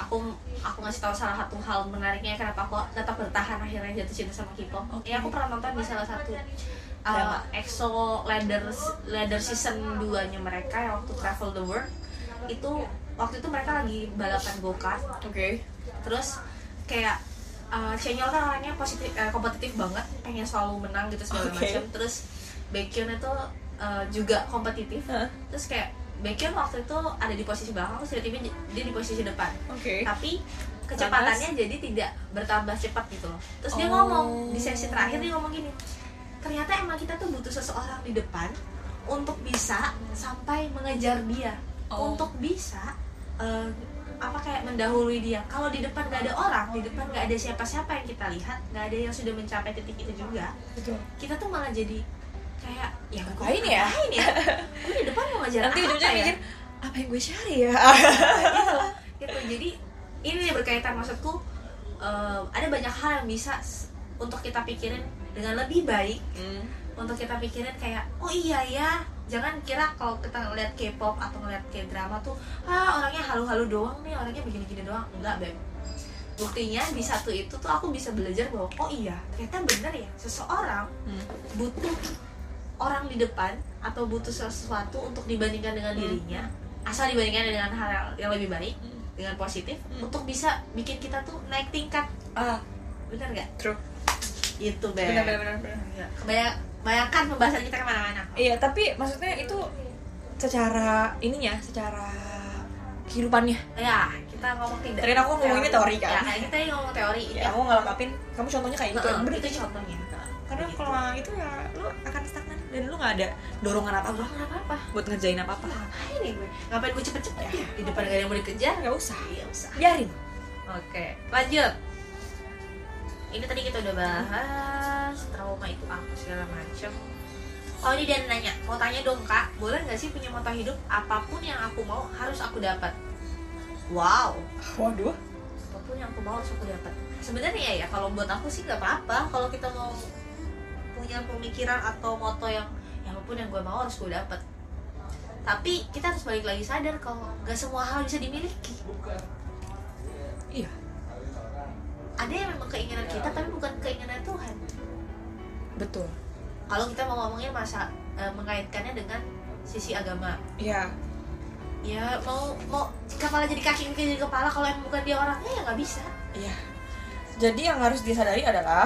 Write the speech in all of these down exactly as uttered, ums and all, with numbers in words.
aku aku ngasih tahu salah satu hal menariknya kenapa aku tetap bertahan akhirnya jatuh cinta sama K-pop. Okay. Ya aku pernah nonton di salah satu uh, EXO Ladder Ladder season dua-nya mereka yang waktu Travel the World. Itu waktu itu mereka lagi balapan go-kart. Oke. Okay. Terus kayak uh, Chanyeol kan orangnya positif, uh, kompetitif banget, pengen selalu menang gitu segala okay. macam. Terus Baekhyun itu uh, juga kompetitif. Huh? Terus kayak Baekhyun waktu itu ada di posisi belakang, terus tiba-tiba dia di posisi depan. Okay. Tapi kecepatannya Panas. jadi tidak bertambah cepat gitu loh. Terus oh. dia ngomong di sesi terakhir, dia ngomong gini, ternyata emang kita tuh butuh seseorang di depan untuk bisa sampai mengejar dia, oh. untuk bisa uh, apa kayak mendahului dia. Kalau di depan nggak ada orang, di depan nggak ada siapa-siapa yang kita lihat, nggak ada yang sudah mencapai titik itu juga. Betul. Kita tuh malah jadi kayak ya ngapain ya? Ngapain ya? Gue di depan mau ngejar nanti apa ujung-ujungnya ya? mikir apa yang gue cari ya? gitu, gitu. Jadi ini berkaitan, maksudku uh, ada banyak hal yang bisa untuk kita pikirin dengan lebih baik. Hmm. Untuk kita pikirin kayak oh iya ya, jangan kira kalau kita ngeliat K-pop atau ngeliat K-drama tuh ah orangnya halu-halu doang nih, orangnya begini-gini doang. Enggak, Beb. Buktinya di satu itu tuh aku bisa belajar bahwa oh iya ternyata bener ya, seseorang hmm. butuh orang di depan atau butuh sesuatu untuk dibandingkan dengan dirinya, hmm. asal dibandingkan dengan hal yang lebih baik, hmm. dengan positif, hmm. untuk bisa bikin kita tuh naik tingkat. Ah, benar nggak? True. Itu Beb. Benar benar benar. Ya. Kebayang, bayangkan pembahasan kita kemana-mana. Iya, tapi maksudnya itu secara ininya, secara kehidupannya. Ya, kita ngomong tidak. Tadi aku ngomong ini teori kan. Ya, kayak kita ini ngomong teori. Ya, aku ngelengkapin. Kamu contohnya kayak gitu. Uh, bener itu contohnya. Karena gitu. Kalau itu ya lu akan stagnan dan lu nggak ada dorongan apa apa apa buat ngerjain apa apa. Ngapain nih gue? Ngapain gue cepet-cepet ya? Di depan gak ada yang mau dikejar? Nggak usah. Iya usah. Biarin. Oke, lanjut. Ini tadi kita udah bahas trauma itu apa segala macam. Oh ini dia nanya, mau tanya dong kak, boleh nggak sih punya moto hidup apapun yang aku mau harus aku dapat? Wow. Waduh. Apapun yang aku mau harus aku dapat. Sebenarnya ya kalau buat aku sih nggak apa-apa kalau kita mau punya pemikiran atau moto yang yang apapun yang gue mau harus gue dapat. Tapi kita harus balik lagi sadar kalau nggak semua hal bisa dimiliki. Iya. Ada yang memang keinginan kita tapi bukan keinginan Tuhan. Betul. Kalau kita mau ngomongin masa e, mengaitkannya dengan sisi agama. Iya. Ya mau mau kepala jadi kaki, kaki jadi kepala, kalau yang bukan dia orangnya ya nggak bisa. Iya. Jadi yang harus disadari adalah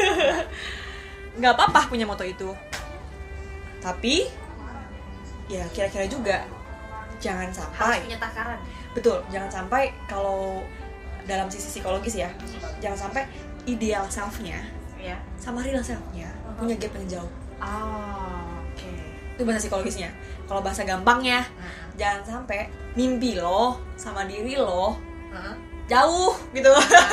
nggak apa-apa punya moto itu, tapi ya kira-kira juga jangan sampai harus punya takaran. Betul, jangan sampai kalau dalam sisi psikologis ya, jangan sampai ideal self-nya ya sama real self-nya uh-huh. punya gap yang jauh. Oh, oke. Okay. Itu bahasa psikologisnya. Kalau bahasa gampangnya, uh-huh. jangan sampai mimpi lo sama diri lo uh-huh. jauh gitu.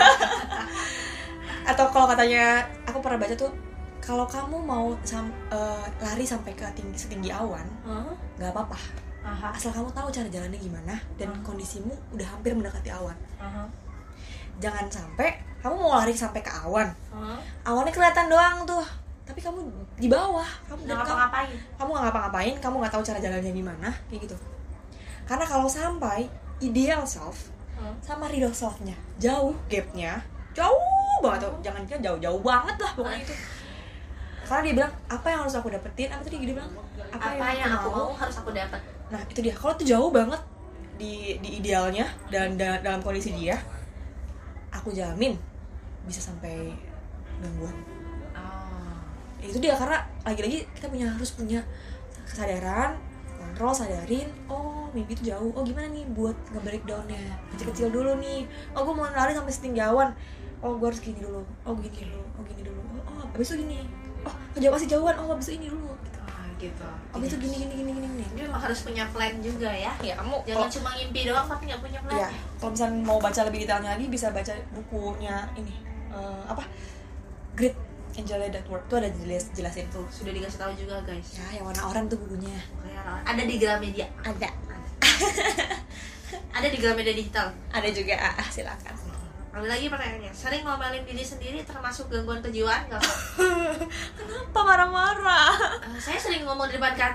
Atau kalau katanya, aku pernah baca tuh, kalau kamu mau sam- uh, lari sampai ke tinggi, setinggi awan, nggak uh-huh. apa-apa. Uh-huh. Asal kamu tahu cara jalannya gimana dan uh-huh. kondisimu udah hampir mendekati awan. Uh-huh. Jangan sampai kamu mau lari sampai ke awan, uh-huh. awannya kelihatan doang tuh, tapi kamu di bawah, kamu nggak ngapa-ngapain. Kamu nggak ngapa-ngapain, kamu nggak tahu cara jalannya gimana, kayak gitu. Karena kalau sampai ideal self uh-huh. sama real self-nya jauh, gapnya jauh banget tuh, jangan kira jauh-jauh banget lah pokoknya itu. Karena dia bilang apa yang harus aku dapetin, apa tadi dia bilang apa, apa yang, yang aku mau, mau harus aku dapat. Nah itu dia, kalau tuh jauh banget di di idealnya dan da- dalam kondisi dia, aku jamin bisa sampai gangguan. Oh. Itu dia, karena lagi-lagi kita punya harus punya kesadaran, kontrol, sadarin, oh mimpi itu jauh, oh gimana nih buat nge-breakdownnya kecil-kecil dulu nih, oh gue mau lari sampai setinggi awan, oh gue harus gini dulu, oh gini dulu, oh gini dulu, oh, oh abis itu gini, oh jauh masih jauhan, oh abis itu ini dulu gitu. Ah, gitu. Abis itu gini gini gini gini gini. Ini memang harus punya plan juga ya. Ya kamu jangan kalo, cuma ngimpi doang tapi nggak punya plan. Iya. Kalau misalnya mau baca lebih detailnya lagi bisa baca bukunya ini uh, apa Grit Enjoy That Work tuh ada jelas jelasin tuh. Sudah dikasih tahu juga guys. Ya yang warna oranye tuh bukunya. Ada di Gramedia. Ada. Ada di Gramedia digital. Ada juga. Ah, silakan. Ada lagi pertanyaannya, sering ngomelin diri sendiri termasuk gangguan kejiwaan nggak? Kenapa marah-marah? Uh, saya sering ngomong di depan kaca,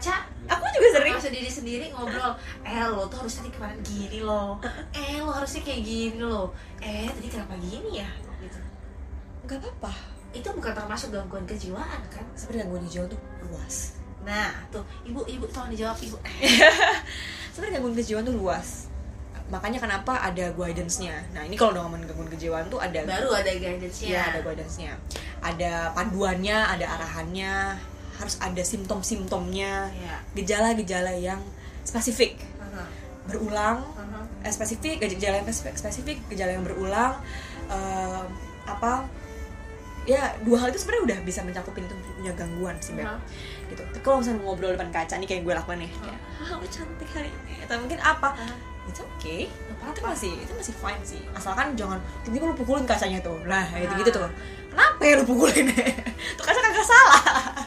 Aku juga sering sama diri sendiri ngobrol, eh lo tuh harusnya tadi kemarin gini loh, eh lo harusnya kayak gini loh, eh tadi kenapa gini ya gitu. Gak apa-apa, Itu bukan termasuk gangguan kejiwaan kan? sebenarnya gangguan kejiwaan tuh luas. Nah tuh ibu ibu tolong dijawab ibu. Sebenarnya gangguan kejiwaan tuh luas, makanya kenapa ada guidance-nya. Nah ini kalau udah ngomongin gangguan kejiwaan tuh ada Baru ada guidance-nya. ya, ada guidance-nya, ada panduannya, ada arahannya, harus ada simptom-simptomnya, Ya. gejala-gejala yang spesifik, Uh-huh. berulang, Uh-huh. eh, spesifik, gejala yang spesifik, spesifik, gejala yang berulang, eh, apa, ya dua hal itu sebenarnya udah bisa mencakupin itu punya gangguan sih, Beb. Uh-huh. Gitu. Tapi kalau misalnya ngobrol depan kaca nih kayak gue lakukan nih, kayak, ah lu cantik hari ini, atau mungkin apa, Uh-huh. it's okay, Gak itu apa-apa. masih itu masih fine sih, asalkan jangan tiba-tiba lu pukulin kacanya tuh, nah gitu Nah. gitu tuh, kenapa ya lu pukulin? Tuh kaca kagak salah.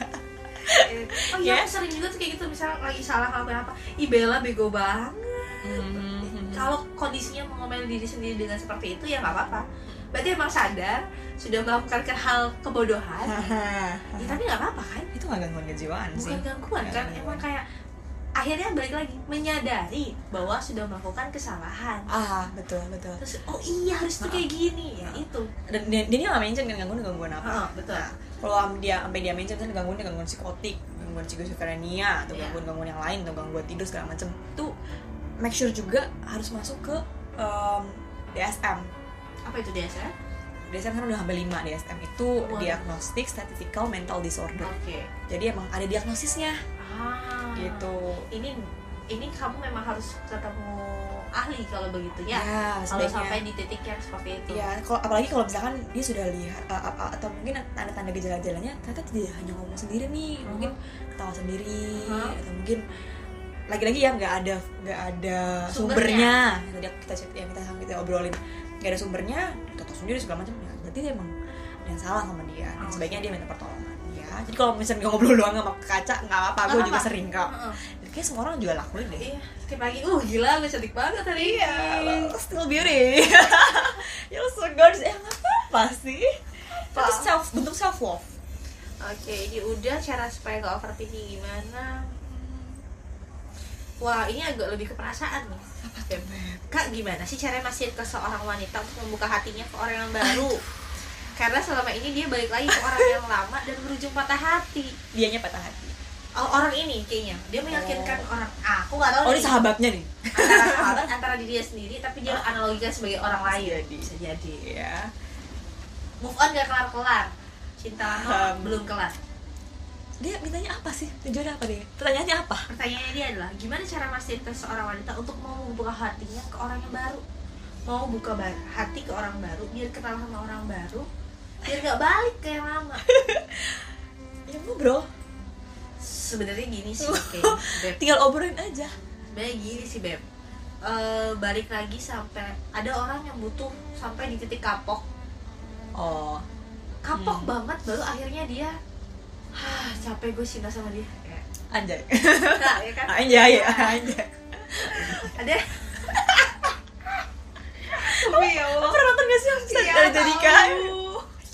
Oh iya, Ya. aku sering juga tuh kayak gitu, misalnya lagi salah ngelakuin apa, ih Bella bego banget. Mhm. Kalau kondisinya mengomel diri sendiri dengan seperti itu ya nggak apa-apa. Berarti emang sadar sudah melakukan ke hal kebodohan. Ya, tapi nggak apa-apa kan? Itu nggak gangguan kejiwaan sih. Bukan gangguan Nggak kan? gangguan. Emang kayak akhirnya balik lagi menyadari bahwa sudah melakukan kesalahan. Ah betul betul. Terus oh iya harus tuh kayak gini ya itu. Dan dia, dia nggak mention kan gangguan gangguan apa. Oh, betul. Nah, kalau am- dia sampai dia mention kan gangguan gangguan psikotik, gangguan skizofrenia atau Iya. gangguan gangguan yang lain atau gangguan tidur segala macam. Tuh make sure juga harus masuk ke um, D S M. Apa itu D S M? D S M kan udah hampir lima. D S M itu Wow. Diagnostic Statistical Mental Disorder. Oke. Jadi emang ada diagnosisnya Ah. gitu. Ini ini kamu memang harus ketemu ahli kalau begitu ya. Ya, Kalau sebaiknya. sampai di titik yang seperti itu. Ya, kalau apalagi kalau misalkan dia sudah lihat uh, uh, uh, atau mungkin tanda-tanda gejala-gejalanya ternyata tidak hanya ngomong sendiri nih, Hmm. mungkin ketawa sendiri Hmm. atau mungkin lagi-lagi ya nggak ada nggak ada Sumbernya. sumbernya. Tadi kita chat- yang kita kita obrolin nggak ada sumbernya, ketawa sendiri segala macam. Ya, berarti dia emang ada yang salah sama dia dan Oh. sebaiknya dia minta pertolongan. Ya, jadi kalau misalnya nggak ngobrol doang sama kaca nggak apa-apa, Nggak gue juga apa-apa. sering kok. Heeh. Dan kayak semua orang juga lakuin deh. Iya, setiap pagi, uh gila gue cantik banget hari ini. Iya, lo still beauty. You're so gorgeous. Eh, nggak apa-apa sih. Apa? Itu self, bentuk self love. Oke, ini udah cara supaya gak overthinking gimana? Wah, ini agak lebih ke perasaan nih. Apa tuh, Beb? Kak, gimana sih cara mastiin ke seorang wanita untuk membuka hatinya ke orang yang baru? Karena selama ini dia balik lagi ke orang yang lama dan berujung patah hati. Dianya patah hati. Oh, orang ini kayaknya dia meyakinkan orang. Ah, aku nggak tahu. Oh, nih. ini sahabatnya nih. Antara sahabat, antara diri dia sendiri, tapi dia analogikan sebagai orang Bisa lain. jadi. Bisa jadi. Iya. Move on gak kelar-kelar. Cinta lama Um. belum kelar. Dia mintanya apa sih? Tujuannya apa dia? Pertanyaannya apa? Pertanyaannya dia adalah gimana cara mastiin ke seorang wanita untuk mau membuka hatinya ke orang yang baru, mau buka bar- hati ke orang baru, biar kenal sama orang baru, biar gak balik ke yang lama. Ya ngobrol. Sebenarnya gini sih, kayaknya, Beb. Tinggal obrolin aja. Sebenarnya gini sih, Beb. Eh, balik lagi sampai ada orang yang butuh sampai di titik kapok, Oh. kapok Hmm. banget, baru akhirnya dia, ah capek gue cinta sama dia. Kayak, Anjay. nah, ya kan? Anjay ya, anjay. Ada. Tapi ya Lo Allah. pernah nonton gak sih Hamzat Iya, dari jadi kan? tahu.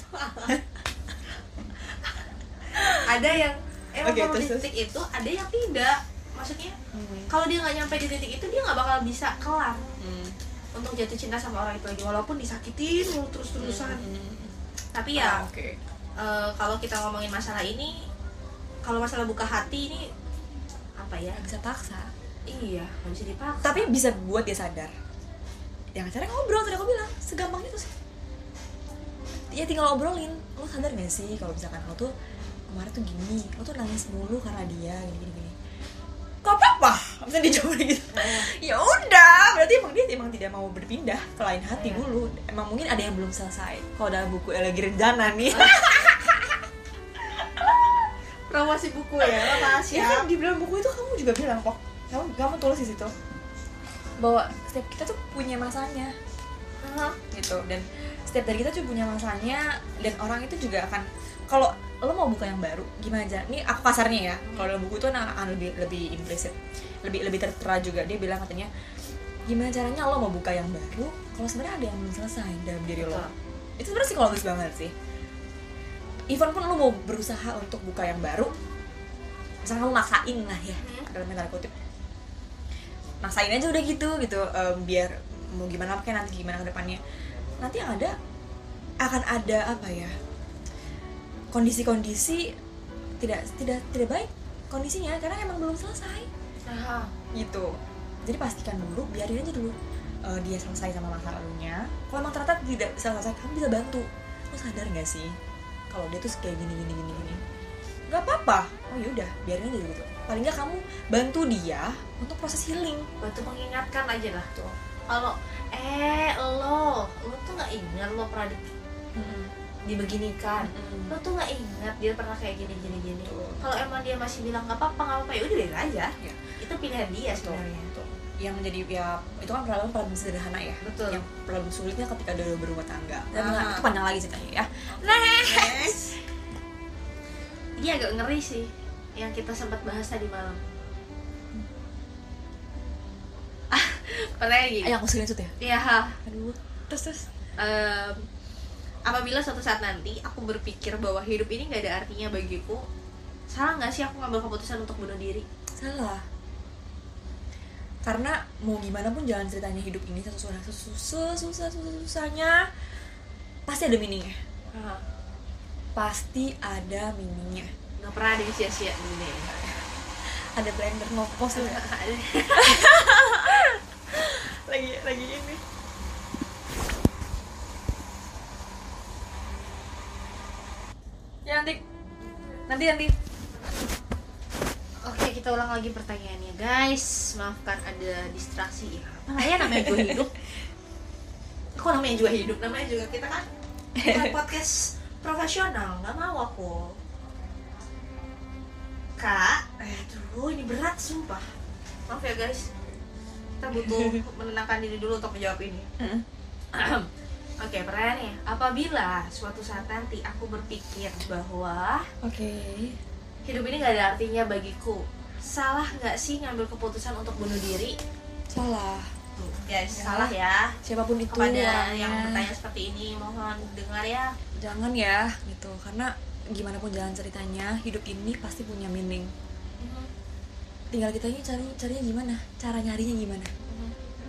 Ada yang emang Oke, perlu di terus, titik itu, ada yang tidak. Maksudnya kalau dia nggak nyampe di titik itu, dia nggak bakal bisa kelar Hmm. untuk jatuh cinta sama orang itu lagi, walaupun disakitin mulu terus-terusan. Tapi ya Ah, oke. eh, kalau kita ngomongin masalah ini, kalau masalah buka hati ini apa ya? Nggak bisa paksa. Iya, nggak bisa dipaksa. Tapi bisa buat dia sadar. Yang cara ngobrol tadi aku bilang, segampang itu sih. Ya tinggal obrolin. Lo sadar gak sih kalau misalkan lo tuh kemarin tuh gini, lo tuh nangis mulu karena dia gini gini gini. Gak apa-apa, bisa dijawab gitu. Ya udah, berarti emang dia emang tidak mau berpindah ke lain hati Iya. dulu. Emang mungkin ada yang belum selesai. Kalau dalam buku Elegi Rencana nih. promosi buku ya, lo makasih Ya ya. kan di dalam buku itu kamu juga bilang kok, kamu kamu tulis di situ bahwa setiap kita tuh punya masanya. Aha. Gitu, dan setiap dari kita tuh punya masanya, dan orang itu juga akan, kalau lo mau buka yang baru gimana aja, ini aku kasarnya ya, kalau dalam buku itu akan lebih lebih implisit, lebih lebih tertera juga. Dia bilang katanya gimana caranya lo mau buka yang baru kalau sebenarnya ada yang belum selesai dalam diri lo. Betul. Itu sebenarnya psikologis banget sih. Even pun lo mau berusaha untuk buka yang baru, misalnya kamu maksain lah ya, Hmm. dalam tanda kutip. Nasain aja udah gitu gitu, um, biar mau gimana pakai nanti gimana ke depannya. Nanti yang ada akan ada apa ya, kondisi-kondisi tidak tidak tidak baik kondisinya karena emang belum selesai. Aha. Gitu. Jadi pastikan dulu, biarin aja dulu uh, dia selesai sama masa lalunya. Kalau emang ternyata tidak bisa selesai, kamu bisa bantu. Lo sadar nggak sih kalau dia tuh kayak gini gini gini gini? Gak apa-apa. Oh yaudah, biarin aja gitu. Paling nggak kamu bantu dia untuk proses healing. Bantu mengingatkan aja lah tuh. Kalau eh lo, lo tuh nggak ingat lo pernah di, Mm-hmm. dibeginikan. Mm-hmm. Lo tuh nggak ingat dia pernah kayak gini gini gini. Kalau emang dia masih bilang nggak apa-apa nggak apa-apa, ya udah biarin aja. Ya. Itu pilihan dia sebenarnya. Betul. Yang menjadi ya itu kan problem problem sederhana ya. Betul. Yang problem sulitnya ketika udah berumah tangga. Dan Ah. itu panjang lagi ceritanya ya. Next. Ini agak ngeri sih yang kita sempat bahas tadi malam. Ah, pertanyaan gini. Ayo aku screenshot ya. Iya. Aduh. Terus terus. Um, apabila suatu saat nanti aku berpikir bahwa hidup ini nggak ada artinya bagiku, salah nggak sih aku ngambil keputusan untuk bunuh diri? Salah. Karena mau gimana pun jalan ceritanya hidup ini susah susah susah susah susahnya pasti ada meaningnya. Ah, Pasti ada meaningnya. nggak pernah ada yang sia-sia di dunia ini. Ada blender no post tuh. Ada. lagi lagi ini. Ya nanti nanti nanti. Oke, kita ulang lagi pertanyaannya, guys. Maafkan ada distraksi ya. Apa ya namanya juga hidup? Kok namanya juga hidup? Namanya juga kita kan bukan podcast profesional, nggak mau aku. Kak, aduh ini berat sumpah. Maaf ya guys. Kita butuh menenangkan diri dulu untuk menjawab ini. Oke, pertanyaannya, apabila suatu saat nanti aku berpikir bahwa Oke. hidup ini gak ada artinya bagiku, salah gak sih ngambil keputusan untuk bunuh diri? Salah. Tuh, guys, Ya. salah ya. Siapapun itu Kepada orangnya. yang bertanya seperti ini, mohon dengar ya. Jangan ya gitu, karena gimana pun jalan ceritanya, hidup ini pasti punya meaning. Mhm, Tinggal kita ini cari carinya gimana, cara nyarinya gimana. mhm.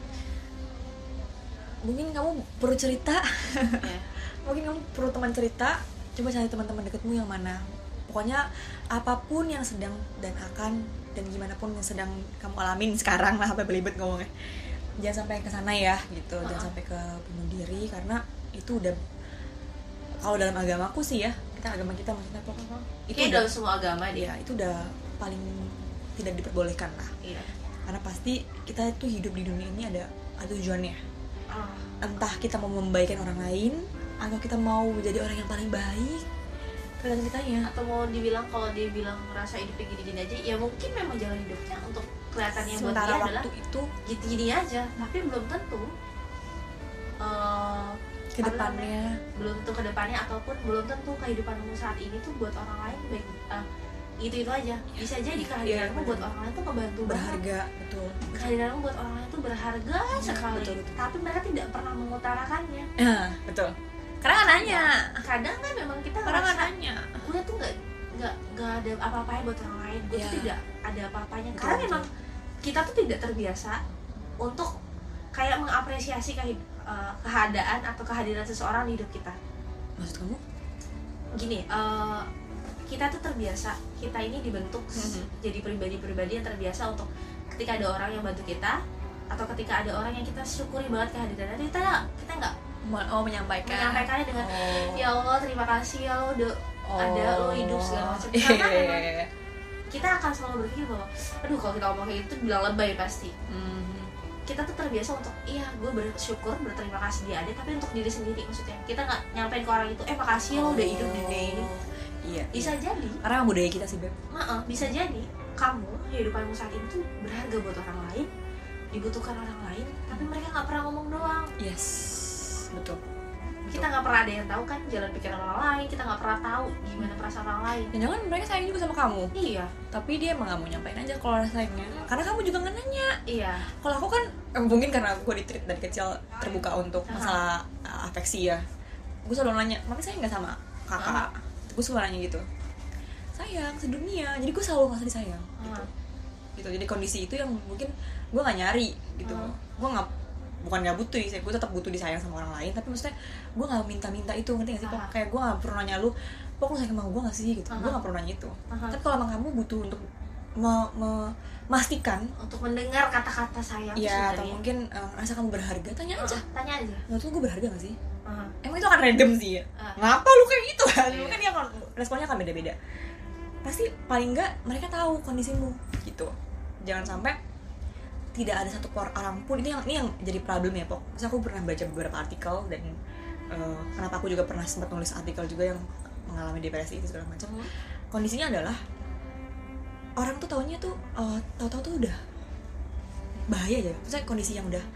Mungkin kamu perlu cerita, Ya. mungkin kamu perlu teman cerita. Coba cari teman-teman dekatmu yang mana. Pokoknya apapun yang sedang dan akan dan gimana pun yang sedang kamu alamin sekarang lah, apa belibet ngomongnya. Jangan sampai ke sana ya gitu, Uh-uh. jangan sampai ke bunuh diri karena itu udah, kalau dalam agamaku sih ya, kita agama kita maksudnya apa? Itu Kayak udah, dalam semua agama dia. ya itu udah paling tidak diperbolehkan lah. Iya. Karena pasti kita itu hidup di dunia ini ada ada tujuannya. Ah, Entah kita mau membaikkan orang lain atau kita mau jadi orang yang paling baik, tergantung kitanya. atau mau dibilang kalau dia bilang ngerasa hidupnya gini-gini aja, ya mungkin memang jalan hidupnya untuk kelihatannya buat Sementara dia adalah waktu itu gini-gini aja, tapi belum tentu uh, ke depannya belum tentu kedepannya ataupun belum tentu kehidupanmu saat ini tuh buat orang lain baik, uh, itu itu aja. Bisa jadi kehadiranmu Iya, buat orang lain tuh ngebantu banget. berharga, betul. Kehadiranmu buat orang lain tuh berharga sekali, betul, betul. tapi mereka tidak pernah mengutarakannya. Nah, betul. Karena nggak nanya. Kadang kan memang kita Karena nggak ngerasa nanya. gue tuh nggak nggak nggak ada apa-apanya buat orang lain, gue tuh Iya. tidak ada apa-apanya Betul, karena betul. memang kita tuh tidak terbiasa untuk kayak mengapresiasi kehid- uh, keadaan atau kehadiran seseorang di hidup kita. Maksud kamu? Gini, uh, kita tuh terbiasa, kita ini dibentuk Mhm. jadi pribadi-pribadi yang terbiasa untuk ketika ada orang yang bantu kita atau ketika ada orang yang kita syukuri banget kehadirannya, kita kita nggak Oh, menyampaikan. menyampaikannya dengan Oh. ya Allah terima kasih ya lo udah Oh. ada, lo hidup segala macam. Iya, Karena iya, memang iya. kita akan selalu berpikir bahwa aduh kalau kita ngomong kayak gitu bilang lebay pasti. Mhm. Kita tuh terbiasa untuk iya gue bersyukur berterima kasih dia ada, tapi untuk diri sendiri maksudnya kita nggak nyampein ke orang itu eh makasih lo udah hidup di dunia ini. Iya. Bisa iya. jadi Karena emang budaya kita sih, Beb. maaf bisa jadi kamu kehidupanmu saat ini tuh berharga buat orang lain, dibutuhkan orang lain, tapi mereka nggak pernah ngomong doang. Yes. Betul. Kita nggak pernah ada yang tahu kan jalan pikiran orang lain, kita nggak pernah tahu gimana perasaan orang lain. Dan jangan mereka sayang juga sama kamu. Iya, Tapi dia emang gak mau nyampein aja kalau rasanya. Karena kamu juga gak nanya. iya. Kalau aku kan eh, mungkin karena gue di-treat dari kecil terbuka untuk Aha. masalah uh, afeksi ya. Gue selalu nanya, mami sayang gak sama kakak? Gue selalu nanya gitu. Sayang, sedunia. Jadi gue selalu ngerasa disayang. Ah. gitu. Jadi kondisi itu yang mungkin gue nggak nyari gitu. Hmm. Gue nggak, bukan nggak butuh sih, gue tetap butuh disayang sama orang lain, tapi maksudnya gue nggak minta-minta itu, ngerti nggak sih? Pok, kayak gue nggak pernah nanya lu, pok lu sayang sama gue nggak sih gitu. Gue nggak pernah nanya itu. Uh-huh. Tapi kalau emang kamu butuh untuk memastikan, untuk mendengar kata-kata sayang, ya atau mungkin uh, rasa kamu berharga, tanya aja. Uh, tanya aja. Menurut lu gue berharga nggak sih? Uh-huh. Emang itu akan random sih ya. Uh. Ngapa lu kayak gitu kan? Yeah. Kan dia akan, responnya akan beda-beda. Pasti paling nggak mereka tahu kondisimu gitu. Jangan sampai tidak ada satu orang pun, ini yang ini yang jadi problem ya, Pok. Terus aku pernah baca beberapa artikel dan uh, kenapa aku juga pernah sempat nulis artikel juga yang mengalami depresi itu segala macam. Hmm. Kondisinya adalah orang tuh taunya tuh uh, tahu-tahu tuh udah bahaya aja. Maksudnya kondisi yang udah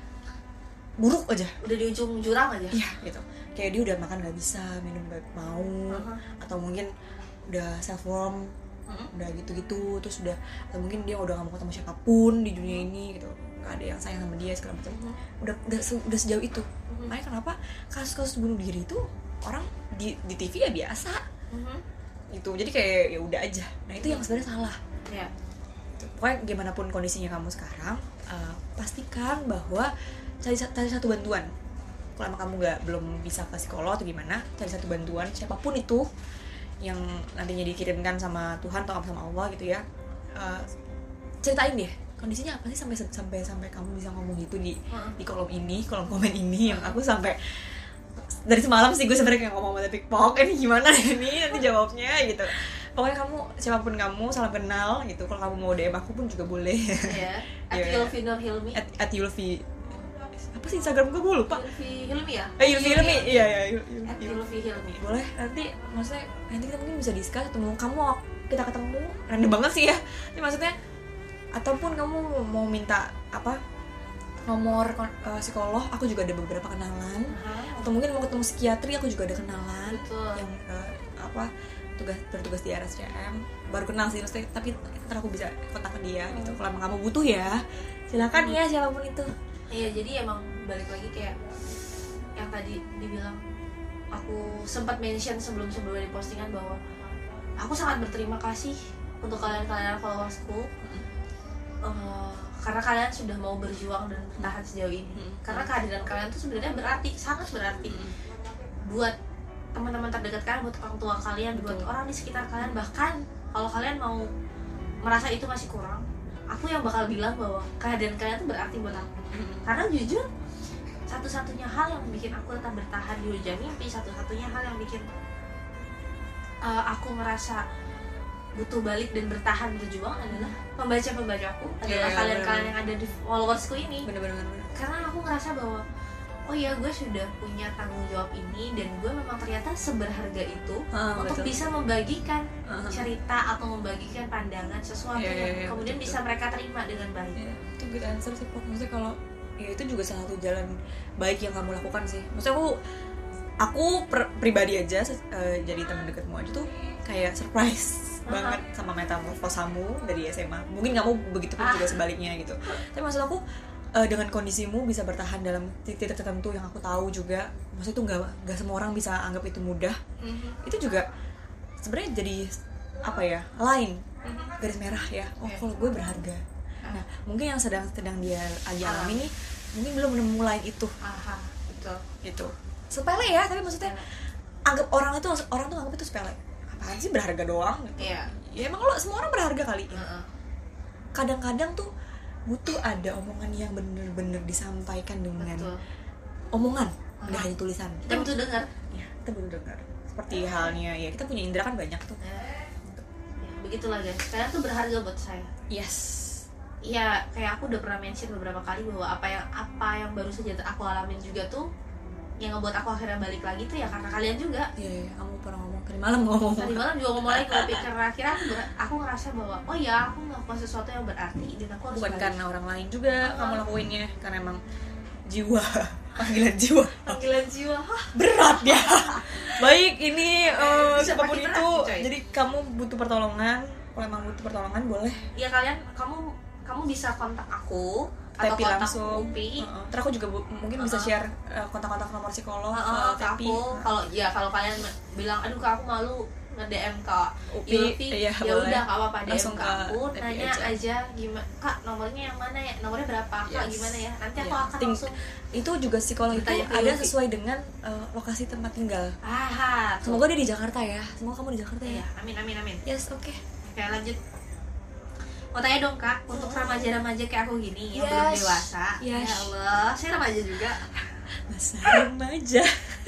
buruk aja, udah di ujung jurang aja. Iya, gitu. Kayak dia udah makan nggak bisa, minum nggak mau, uh-huh. atau mungkin udah self harm. Hmm. Udah gitu-gitu, terus udah atau mungkin dia udah gak mau ketemu siapapun di dunia ini gitu, gak ada yang sayang sama dia segala macam. Hmm. Udah udah udah sejauh itu. Hmm. Makanya kenapa kasus-kasus bunuh diri itu orang di di T V ya biasa. Hmm. Gitu. Jadi kayak ya udah aja. Nah, itu yang sebenarnya salah. Ya. Gitu. Pokoknya gimana pun kondisinya kamu sekarang, uh, pastikan bahwa cari cari satu bantuan. Kalau emang kamu nggak belum bisa ke psikolog atau gimana, cari satu bantuan siapapun itu yang nantinya dikirimkan sama Tuhan atau sama Allah gitu ya. Uh, ceritain deh kondisinya apa sih sampai sampai sampai kamu bisa ngomong gitu di uh. di kolom ini, kolom komen ini yang aku sampai dari semalam sih gue sebenarnya kayak ngomong sama Pok, ini gimana ini nanti jawabnya gitu. Pokoknya kamu siapapun kamu, salam kenal gitu. Kalau kamu mau D M aku pun juga boleh. Iya. At Yulfi Nur Hilmi. At, at Yulfi. Apa sih Instagram gue, gue lupa. Yulfi Hilmi ya? Eh Yulfi Hilmi, iya ya. At Yulfi Hilmi. Boleh, nanti maksudnya nanti kita mungkin bisa discuss, ketemu kamu, kita ketemu, random banget sih ya. Ini maksudnya, ataupun kamu mau minta apa nomor uh, psikolog, aku juga ada beberapa kenalan. Uh-huh. Atau mungkin mau ketemu psikiatri, aku juga ada kenalan. Betul. Yang uh, apa tugas bertugas di R S C M. Baru kenal sih maksudnya, tapi ntar aku bisa kontak ke dia gitu. Kalau emang kamu butuh ya, silakan hmm. ya siapapun itu. Iya, jadi emang balik lagi kayak yang tadi dibilang, aku sempat mention sebelum-sebelumnya di postingan bahwa aku sangat berterima kasih untuk kalian-kalian followersku, uh, karena kalian sudah mau berjuang dan bertahan sejauh ini. Karena kehadiran kalian tuh sebenarnya berarti, sangat berarti buat teman-teman terdekat kalian, buat orang tua kalian, buat orang di sekitar kalian. Bahkan kalau kalian mau merasa itu masih kurang, aku yang bakal bilang bahwa kehadiran kalian tuh berarti buat aku. Karena jujur, satu-satunya hal yang bikin aku tetap bertahan di hujan mimpi, satu-satunya hal yang bikin uh, aku ngerasa butuh balik dan bertahan berjuang adalah pembaca-pembacaku, adalah yeah, kalian-kalian yang ada di followersku ini. Bener-bener. Karena aku ngerasa bahwa oh iya, gue sudah punya tanggung jawab ini dan gue memang ternyata seberharga itu uh, untuk betul. bisa membagikan uh-huh. cerita atau membagikan pandangan sesuatu yeah, yang yeah, kemudian betul. bisa mereka terima dengan baik. Yeah. Itu good answer sih, Pok. Maksudnya kalau ya itu juga salah satu jalan baik yang kamu lakukan sih. Maksudnya aku aku per, pribadi aja uh, jadi teman dekatmu aja tuh kayak surprise uh-huh. banget sama metamorfosamu dari S M A. Mungkin kamu begitu pun ah. juga sebaliknya gitu. Tapi maksud aku uh, dengan kondisimu bisa bertahan dalam titik tertentu yang aku tahu juga, maksudnya itu nggak nggak semua orang bisa anggap itu mudah. Mm-hmm. Itu juga sebenarnya jadi apa ya, lain mm-hmm. garis merah ya. Oh, kalau gue berharga. Nah, mungkin yang sedang sedang dia lagi alami nih, mungkin belum nemu lain itu. Aha, betul. Gitu. Sepele ya, tapi maksudnya anggap orang itu orang tuh anggap itu sepele. Apaan sih berharga doang gitu. Iya. Ya emang lo semua orang berharga kali. Uh-uh. Kadang-kadang tuh butuh ada omongan yang bener-bener disampaikan dengan Betul. omongan, uh-huh. nggak hanya tulisan. Kita butuh dengar. Ya, kita butuh dengar. Seperti halnya ya, kita punya indera kan banyak tuh. Ya, begitulah guys. Kalian tuh berharga buat saya. Yes. Iya, kayak aku udah pernah mention beberapa kali bahwa apa yang apa yang baru saja aku alamin juga tuh yang ngebuat aku akhirnya balik lagi tuh ya karena kalian juga. Iya, iya, kamu pernah ngomong tadi malam ngomong. Tadi malam juga ngomong lagi kalau pikir akhirnya aku, ber- aku ngerasa bahwa oh ya aku melakukan sesuatu yang berarti dan aku harus bukan balik. Karena orang lain juga uh-huh. kamu lakuinnya, karena emang jiwa, panggilan jiwa. Panggilan jiwa. Hah, berat ya. Baik, ini uh, apapun itu, berat, jadi kamu butuh pertolongan. Kalau emang butuh pertolongan boleh. Iya, kalian kamu kamu bisa kontak aku atau Tepi kontak langsung. Upi. Uh-uh. Terus aku juga bu- mungkin uh-uh. bisa share uh, kontak-kontak nomor psikolog uh-uh, ke Tepi. Aku kalau ya kalau kalian bilang aduh Kak aku malu nge-D M ke Upi, Yulfi, iya, ya boleh. udah nggak apa-apa D M Langsung ke ke aku, Devi nanya aja. aja gimana kak nomornya yang mana ya, nomornya berapa kak, Yes. gimana ya, nanti aku Iya. akan Ting- langsung itu juga psikolog itu bertanya ke ada Yulfi. sesuai dengan uh, lokasi tempat tinggal. ah tuh. Semoga dia di Jakarta ya. Semoga kamu di Jakarta ya. Iya, amin amin amin. Yes, oke. Oke lanjut. Mau tanya dong kak, untuk remaja-remaja kayak aku gini yang belum Yes. dewasa, Yes. ya Allah, saya remaja juga. Masa remaja.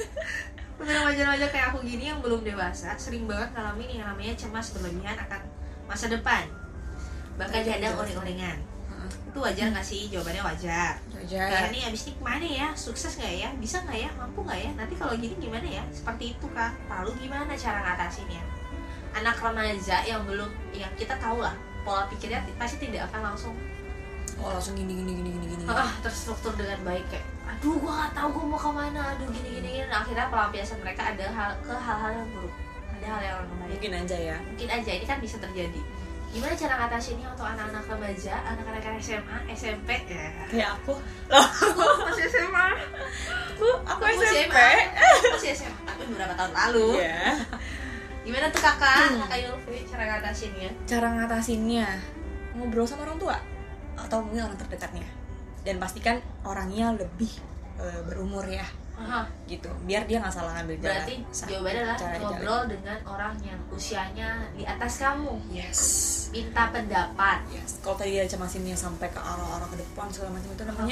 Untuk remaja-remaja kayak aku gini yang belum dewasa, sering banget ngalamin yang namanya cemas berlebihan akan masa depan. Bahkan kadang uring-uringan. Itu wajar nggak sih? Jawabannya wajar. Wajar. Kayak nih abis ini kemana ya? Sukses nggak ya? Bisa nggak ya? Mampu nggak ya? Nanti kalau gini gimana ya? Seperti itu kak. Lalu gimana cara ngatasinnya? Anak remaja yang belum, yang kita tahu lah pola pikirnya pasti tidak akan langsung Oh, langsung gini gini gini gini gini. ah, terstruktur dengan baik kayak aduh gua nggak tahu gua mau kemana, aduh gini gini gini. Nah, akhirnya pelampiasan mereka ada hal ke hal-hal yang buruk, ada hal yang orang baik. Mungkin aja ya. Mungkin aja ini kan bisa terjadi. Gimana cara ngatasinnya untuk anak-anak remaja, anak-anak S M A, S M P ya? Kayak aku. Loh, Aku masih S M A. aku aku Aku masih S M P. Aku masih S M A tapi beberapa tahun lalu. Iya. Gimana tuh kakak, kakak Yulfi cara ngatasinnya? Cara ngatasinnya ngobrol sama orang tua atau mungkin orang terdekatnya. Dan pastikan orangnya lebih uh, berumur ya. Aha. Gitu. Biar dia nggak salah ngambil jalan. Berarti Sa- jawabannya adalah cara ngobrol dengan orang yang usianya di atas kamu. Yes. Minta pendapat. Yes. Kalau tadi dia cemasinnya sampai ke arah-arah ke depan segala macam itu namanya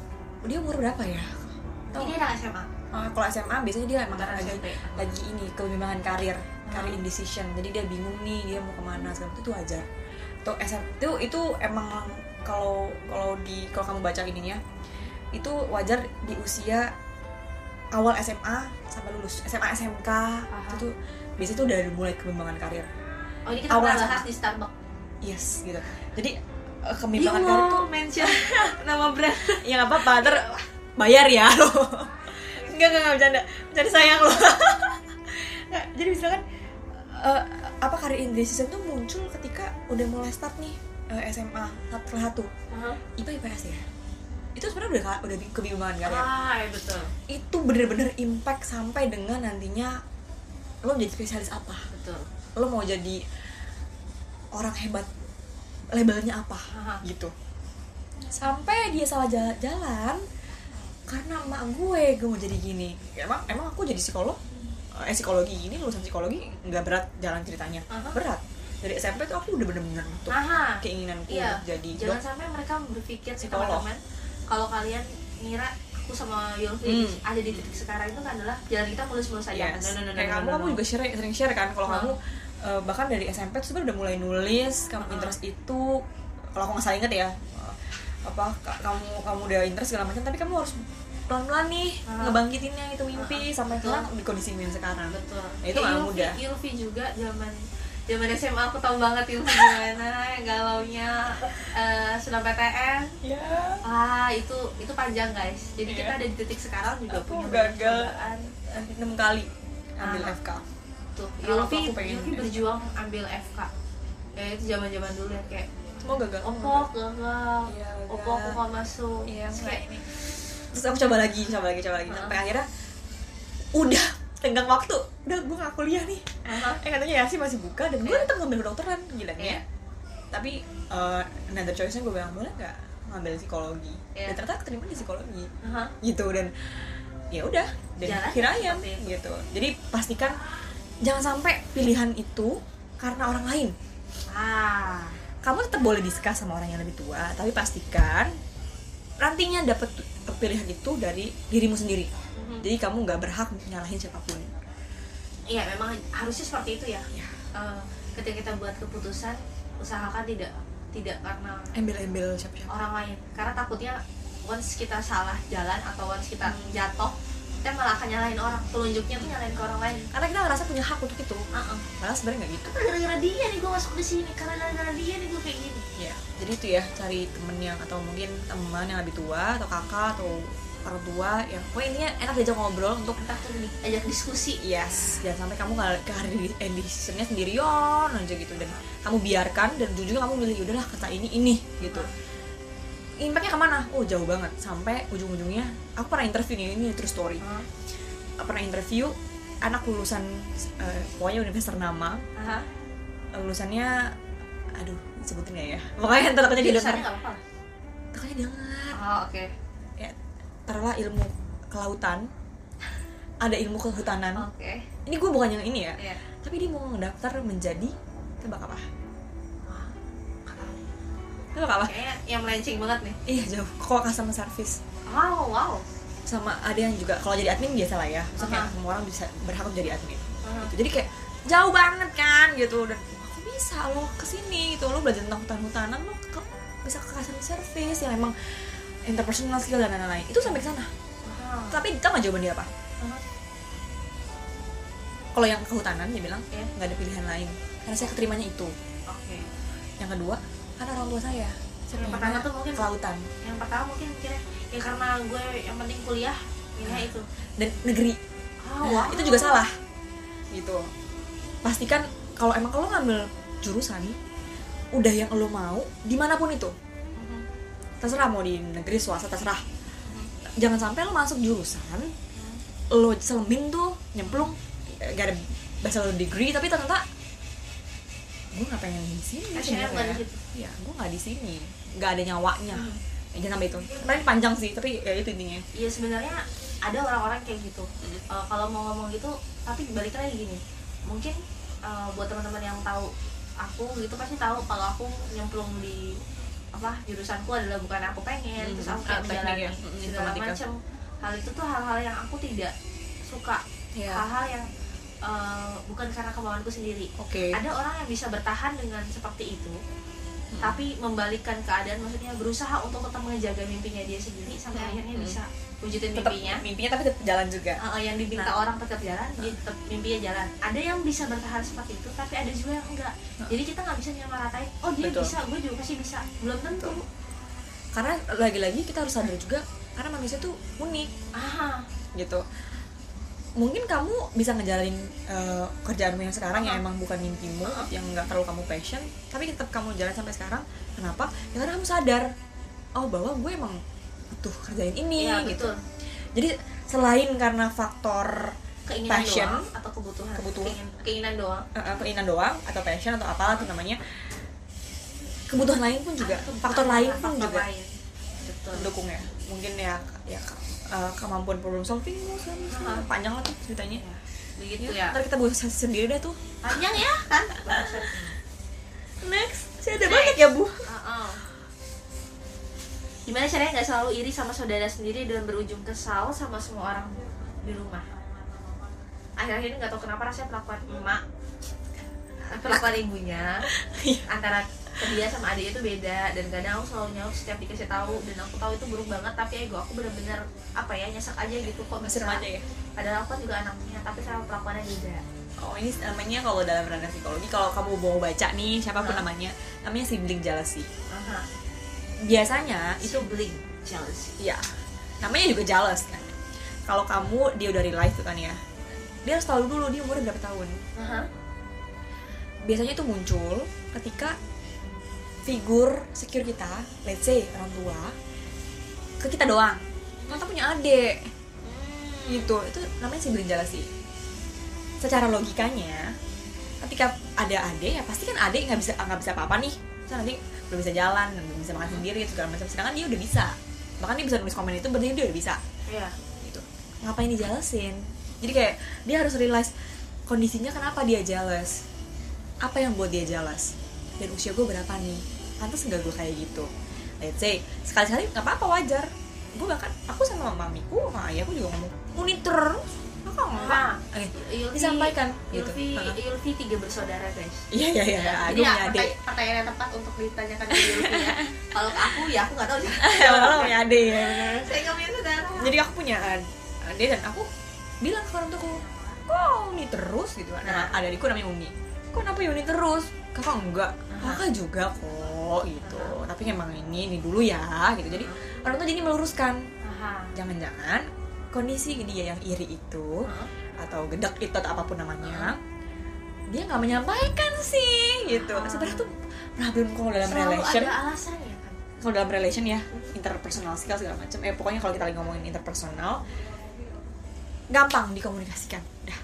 dia umur berapa ya? Tahu? Ini anak S M A. Uh, kalau S M A biasanya dia emang Bukan lagi S M P. lagi ini kebimbangan karir, career Hmm. indecision. Jadi dia bingung nih dia mau kemana segala macam itu wajar. Tuh S M P itu itu emang kalau kalau di kalau kamu baca ininya itu wajar di usia awal S M A sampai lulus S M A S M K. Aha. Itu tuh biasanya tuh udah mulai kebimbangan karir. Oh ini kita Awal pernah S M A. bahas di Starbucks. Yes gitu. Jadi uh, Iya kebimbangan karir tuh mention nama brand. ya nggak apa-apa, ntar bayar ya lo. Enggak, enggak, enggak, bercanda. Bercanda sayang lo. Nggak, jadi misalkan uh, apa career indecision tuh muncul ketika udah mulai start nih uh, S M A satu satu I P A I P S ya. Itu sebenarnya udah udah kebimbangan karir. Ah, ya betul. Itu bener-bener impact sampai dengan nantinya lo jadi spesialis apa, Betul. lo mau jadi orang hebat, labelnya apa. Aha. Gitu. Sampai dia salah jalan, jalan karena emak gue gue mau jadi gini. Emang emang aku jadi psikolog, eh psikologi ini lulusan psikologi nggak berat jalan ceritanya. Aha. Berat. Dari S M P tuh aku udah bener-bener untuk Aha. keinginanku Iya. jadi Jangan dok. sampai mereka berpikir Psikolog. teman-teman kalau kalian ngira aku sama Yulfi Hmm. ada di titik sekarang itu kan adalah jalan kita mulus-mulus aja. Yes. No, no, no, no, Kayak no, kamu no, kamu no. juga share, sering share kan kalau Hmm. kamu eh, bahkan dari S M P tuh sebenarnya udah mulai nulis, kamu Hmm. interest itu kalau aku nggak salah inget ya eh, apa ka- kamu kamu udah interest segala macam tapi kamu harus pelan-pelan nih Hmm. ngebangkitinnya itu mimpi sampai Betul. sekarang di kondisi ini sekarang. Betul. Nah, itu Kayak nggak Yulfi- mudah. Yulfi juga zaman zaman S M A aku tahu banget Yulfi gimana yang galaunya uh, sudah P T N. Ya. Ah, itu itu panjang guys. Jadi Iya. kita ada di titik sekarang juga Aku punya gagal percobaan. enam kali ambil Ah. F K. Tuh, Kalau Yulfi, aku pengen Yulfi S K. berjuang ambil F K. Ya itu zaman-zaman dulu ya kayak Semua gagal. opo gagal. Iya, gagal. Opo aku nggak masuk. Iya, Terus kayak kayak ini. Terus aku coba lagi, coba lagi, coba lagi Ah. sampai akhirnya udah tenggang waktu, udah gue nggak kuliah nih. Aha. Eh katanya ya sih masih buka dan gue Iya. tetap ngambil kedokteran gila Iya. ya. Tapi uh, another choice-nya gue bilang boleh nggak ngambil psikologi. Iya. Dan ternyata keterima di psikologi. Aha. Gitu dan ya udah dan Jalan akhirnya seperti itu. gitu. Jadi pastikan jangan sampai pilihan itu karena orang lain. Ah. Kamu tetap boleh discuss sama orang yang lebih tua, tapi pastikan nantinya dapat pilihan itu dari dirimu sendiri. Mhm. Jadi kamu nggak berhak nyalahin siapapun. Iya, memang harusnya seperti itu ya. Ya. Eh, ketika kita buat keputusan, usahakan tidak tidak karena Embel-embel siapa-siapa. orang lain. Karena takutnya once kita salah jalan atau once kita jatuh, kita malah akan nyalahin orang. Telunjuknya tuh nyalahin ke orang lain. Karena kita ngerasa punya hak untuk itu. Heeh. Malah sebenarnya nggak gitu. Gara-gara dia nih gue masuk di sini, karena gara-gara dia nih gue kayak gini. Ya, jadi itu ya cari temen yang atau mungkin teman yang lebih tua atau kakak atau orang tua yang pokoknya intinya enak diajak ngobrol untuk Entah tuh di- ajak diskusi. yes jangan sampai kamu nggak career decisionnya sendirian aja gitu dan kamu biarkan dan jujur kamu milih udahlah kata ini ini gitu. Impactnya kemana? Oh jauh banget sampai ujung-ujungnya aku pernah interview nih ini true story. Hah? Aku pernah interview anak lulusan uh, pokoknya universitas ternama. Aha. Lulusannya aduh sebutin nggak ya, pokoknya ntar takutnya didengar, takutnya dengar. Oh, oke. Okay. Ya taruhlah ilmu kelautan, ada ilmu kehutanan. Oke. Okay. Ini gue bukan yang ini ya, yeah. tapi dia mau ngedaftar menjadi tebak apa? Tebak apa? Kayaknya yang melenceng banget nih. Iya jauh, kok customer service. Wow, wow. Sama ada yang juga kalau jadi admin biasa lah ya, maksudnya uh-huh. semua orang bisa berhak jadi admin. Uh-huh. Gitu. Jadi kayak jauh banget kan gitu, dan aku bisa lo kesini gitu, lo belajar tentang hutan-hutanan, lo ke, bisa ke customer service yang emang interpersonal skill dan lain-lain. Itu sampai ke sana. Uh-huh. Tapi tau nggak jawaban dia apa? Uh-huh. Kalau yang kehutanan dia bilang nggak yeah. ada pilihan lain karena saya keterimanya itu. Oke. Okay. Yang kedua karena orang tua saya. Saya yang pertama tuh mungkin kelautan. Yang pertama mungkin mikirnya ya karena gue yang penting kuliah, pilihnya itu. Dan negeri. Oh, nah, wow. Itu juga salah. Gitu. Pastikan kalau emang kalau ngambil jurusan udah yang lo mau dimanapun itu. Uh-huh. Terserah mau di negeri swasta terserah. Uh-huh. Jangan sampai lo masuk jurusan uh-huh. lo selemin tuh nyemplung gak ada bachelor degree tapi ternyata gue nggak pengen di sini sebenarnya. Iya, gue nggak di sini, nggak ada nyawanya. Hmm. Ya, jangan sampai itu. Tapi panjang sih, tapi ya itu intinya. Iya sebenarnya ada orang-orang kayak gitu. Hmm. Uh, kalau mau ngomong gitu, tapi balik lagi gini. Mungkin uh, buat teman-teman yang tahu aku gitu pasti tahu kalau aku nyemplung di apa jurusanku adalah bukan aku pengen, hmm. terus aku kayak menjalani ya. segala macam. Hal itu tuh hal-hal yang aku tidak suka. Yeah. Hal-hal yang Uh, bukan karena kemauanku sendiri. Okay. Ada orang yang bisa bertahan dengan seperti itu, hmm. tapi membalikkan keadaan, maksudnya berusaha untuk tetap menjaga mimpinya dia sendiri sampai hmm. akhirnya bisa wujudin tetap, mimpinya. Mimpinya tapi tetap jalan juga. Uh, yang diminta nah. orang tetap jalan, nah. dia tetap mimpinya jalan. Ada yang bisa bertahan seperti itu, tapi ada juga yang enggak. Nah. Jadi kita nggak bisa nyamaratain. Oh dia Betul. bisa, gue juga pasti bisa. Belum tentu. Betul. Karena lagi-lagi kita harus sadar juga, karena manusia tuh unik. Aha. Gitu. Mungkin kamu bisa ngejalanin uh, kerjaanmu yang sekarang uh-huh. yang emang bukan mimpimu, uh-huh. yang nggak terlalu kamu passion, tapi tetap kamu jalan sampai sekarang. Kenapa? Ya karena kamu sadar, oh bahwa gue emang butuh kerjain ini, ya, gitu. Betul. Jadi selain karena faktor keinginan passion doang, atau kebutuhan, kebutuhan, Keingin, keinginan doang, uh, keinginan doang atau passion atau apalah itu namanya, kebutuhan lain pun juga, ah, faktor ah, lain pun juga mendukung ya. Mungkin ya, ya. Uh, kemampuan problem solving uh-huh. panjang lah tuh ceritanya ya, begitu ya, ya. Ntar kita bahas sendiri deh tuh panjang ya kan. Next sih ada banyak ya bu. Uh-uh. Gimana caranya nggak selalu iri sama saudara sendiri dan berujung kesal sama semua orang di rumah. Akhir-akhir ini nggak tahu kenapa rasanya perlakuan emak, perlakuan ibunya antara dia sama adiknya itu beda, dan kadang aku selalu nyaut setiap dikasih tahu, dan aku tahu itu buruk banget, tapi ego aku benar-benar apa ya nyesek aja gitu kok masih remaja ya. Padahal aku kan juga anaknya, tapi sama perlakuannya beda. Oh ini namanya kalau dalam ranah psikologi, kalau kamu mau baca nih siapapun uh-huh. namanya, namanya sibling jealousy. Uh-huh. Biasanya itu sibling jealousy. Ya, namanya juga jealous kan. Kalau kamu dia udah realize tuh kan ya, dia harus tahu dulu dia umurnya berapa tahun. Uh-huh. Biasanya itu muncul ketika figur secure kita, let's say orang tua, ke kita doang. Kita punya adik, hmm. gitu. Itu namanya sibling jealousy. Secara logikanya, ketika ada adik ya pasti kan adik nggak bisa nggak bisa apa-apa nih. Misalnya nanti belum bisa jalan, belum bisa makan sendiri, segala macam. Sedangkan dia udah bisa. Bahkan dia bisa nulis komen itu, berarti dia udah bisa. Iya. Gitu. Ngapain dijelasin? Jadi kayak dia harus realize kondisinya kenapa dia jealous. Apa yang buat dia jealous? Dan usia gue berapa nih? Pantas nggak gue kayak gitu? Let's say sekali-sekali nggak apa-apa, wajar. Gue bahkan aku sama mamiku sama ayahku juga ngomong unit terus, apa enggak? Eh, disampaikan gitu. Yulfi, Yulfi tiga bersaudara guys. Iya iya iya. Jadi ya, pertanyaan, pertanyaan yang tepat untuk ditanyakan ke Yulfi ya. Kalau ke aku ya aku nggak tahu sih. Kalau punya adik ya. Saya nggak punya saudara. Jadi aku punya adik dan aku bilang ke orang tuaku, kok Uni terus gitu kan? Nah, ada adikku namanya Uni. Kok kenapa Uni terus? Kakak enggak. Kakak juga kok gitu. Tapi emang ini ini dulu ya gitu. Jadi orang tuh jadi meluruskan. Jangan-jangan kondisi dia yang iri itu atau gedek itu atau apapun namanya, dia nggak menyampaikan sih gitu. Sebenarnya tuh problem kalau dalam selalu relation. Ada alasannya kan. Kalau dalam relation ya, interpersonal skill segala macam. Eh pokoknya kalau kita lagi ngomongin interpersonal, gampang dikomunikasikan. Dah.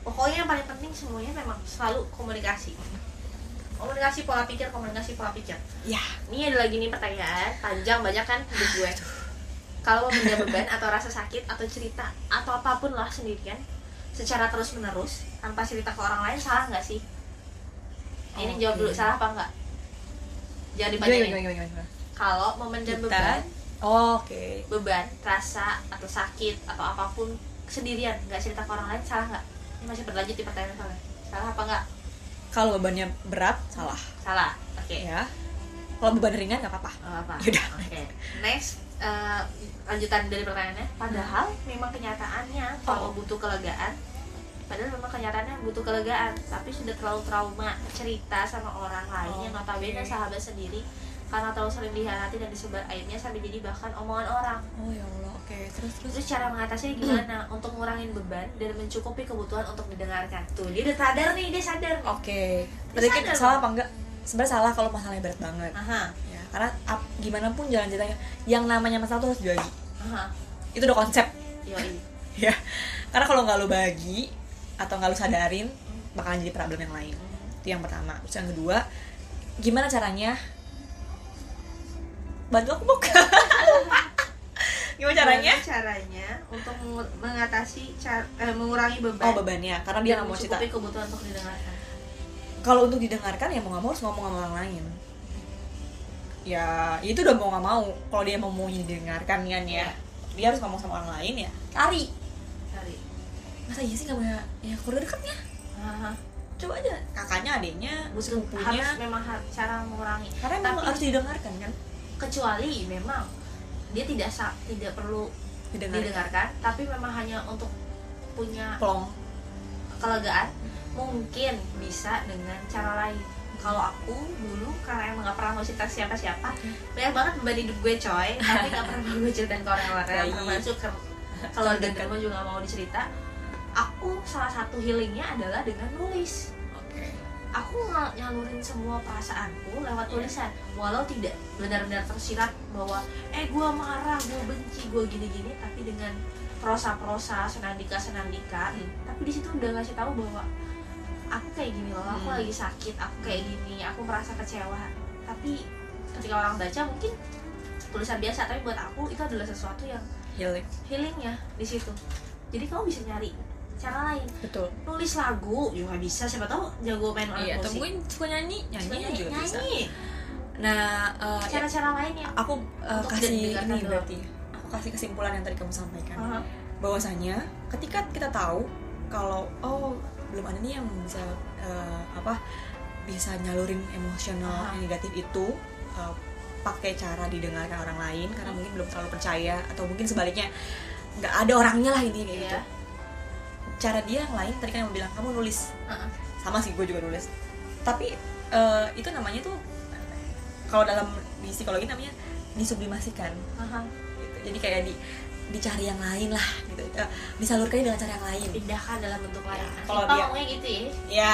pokoknya yang paling penting semuanya memang selalu komunikasi. Komunikasi pola pikir, komunikasi pola pikir. Ya. Ini ada lagi nih pertanyaan panjang banyak kan hidup gue. Kalau memendam beban atau rasa sakit atau cerita atau apapun lah sendirian secara terus menerus tanpa cerita ke orang lain, salah nggak sih? Ini Okay. jawab dulu, salah apa enggak? Jangan dipanjangin. Kalau memendam beban, oh, oke okay. beban, rasa atau sakit atau apapun sendirian nggak cerita ke orang lain, salah nggak? Ini masih berlanjut di pertanyaan soalnya. Salah apa enggak? Kalau bebannya berat, salah. Salah. Oke. Okay. Ya. Kalau beban ringan nggak apa-apa. Nggak apa. Yaudah. Oke. Okay. Next, uh, lanjutan dari pertanyaannya. Padahal memang kenyataannya kalau butuh kelegaan, padahal memang kenyataannya butuh kelegaan, tapi sudah terlalu trauma cerita sama orang lain oh, yang notabene okay. sahabat sendiri, karena terlalu sering dihianati dan disebar aibnya sampai jadi bahkan omongan orang. Oh ya Allah, oke. Okay. Terus, terus terus cara mengatasinya gimana? Hmm. Untuk ngurangin beban dan mencukupi kebutuhan untuk didengarkan. Tuh, dia udah sadar nih, dia sadar. Oke. Okay. Berarti kan salah apa enggak? Sebenarnya salah kalau masalahnya berat banget. Aha. Ya, karena ap, gimana pun jalan ceritanya, yang namanya masalah tuh harus dibagi. Aha. Itu udah konsep. Yoi. Ya. Karena kalau nggak lo bagi atau nggak lu sadarin, bakalan jadi problem yang lain. Itu yang pertama. Terus yang kedua, gimana caranya bantu aku buka? Gimana caranya? Gimana caranya untuk mengatasi car- eh, mengurangi beban? Oh, bebannya, karena dia nggak mau cerita. Mencukupi kebutuhan untuk didengarkan. Kalau untuk didengarkan ya mau nggak mau harus ngomong sama orang lain. Ya itu udah mau nggak mau. Kalau dia mau mau didengarkan kan ya, dia harus ngomong sama orang lain ya. Cari. Masa iya sih gak punya ya keluarga dekatnya? Aha. Coba aja kakaknya, adiknya, sepupunya. Harus memang cara mengurangi. Karena memang harus didengarkan kan. Kecuali memang dia tidak tidak perlu didengarkan, didengarkan tapi memang hanya untuk punya plong kelegaan, mungkin bisa dengan cara lain. Kalau aku dulu karena emang gak pernah mau cerita siapa-siapa, banyak banget beban hidup gue coy, tapi gak pernah gue ceritain ke orang-orang, termasuk ke keluarga gue juga gak mau dicerita. Aku salah satu healingnya adalah dengan nulis. Okay. Aku nyalurin semua perasaanku lewat tulisan, yeah. Walau tidak benar-benar tersirat bahwa eh gue marah, gue benci, gue gini-gini, tapi dengan prosa-prosa, senandika-senandika. Hmm. Tapi di situ udah ngasih tahu bahwa aku kayak gini loh, aku hmm. lagi sakit, aku kayak gini, aku merasa kecewa. Tapi ketika orang baca mungkin tulisan biasa, tapi buat aku itu adalah sesuatu yang healing, healingnya di situ. Jadi kamu bisa nyari cara lain. Betul. Nulis lagu juga bisa, siapa tahu jago main alat iya, musik. Iya, mungkin suka nyanyi, nyanyi, nyanyi juga nyanyi. bisa. Nah, uh, cara-cara ya, lainnya. Aku uh, kasih ini berarti. Aku kasih kesimpulan yang tadi kamu sampaikan. Uh-huh. Bahwasanya ketika kita tahu kalau oh belum ada nih yang bisa uh, apa bisa nyalurin emosional uh-huh. negatif itu uh, pakai cara didengarkan orang lain karena mungkin belum terlalu percaya atau mungkin sebaliknya nggak ada orangnya lah ini kayak gitu. Cara dia yang lain tadi kan yang bilang kamu nulis, uh-uh. sama sih gue juga nulis. Tapi uh, itu namanya tuh kalau dalam di psikologi namanya disublimasikan. Uh-huh. Gitu. Jadi kayak di dicari yang lain lah gitu. Uh, disalurkan dengan cara yang lain. Pindahkan dalam bentuk lain. Ya, kalau dia ngomongnya gitu ya. Ya.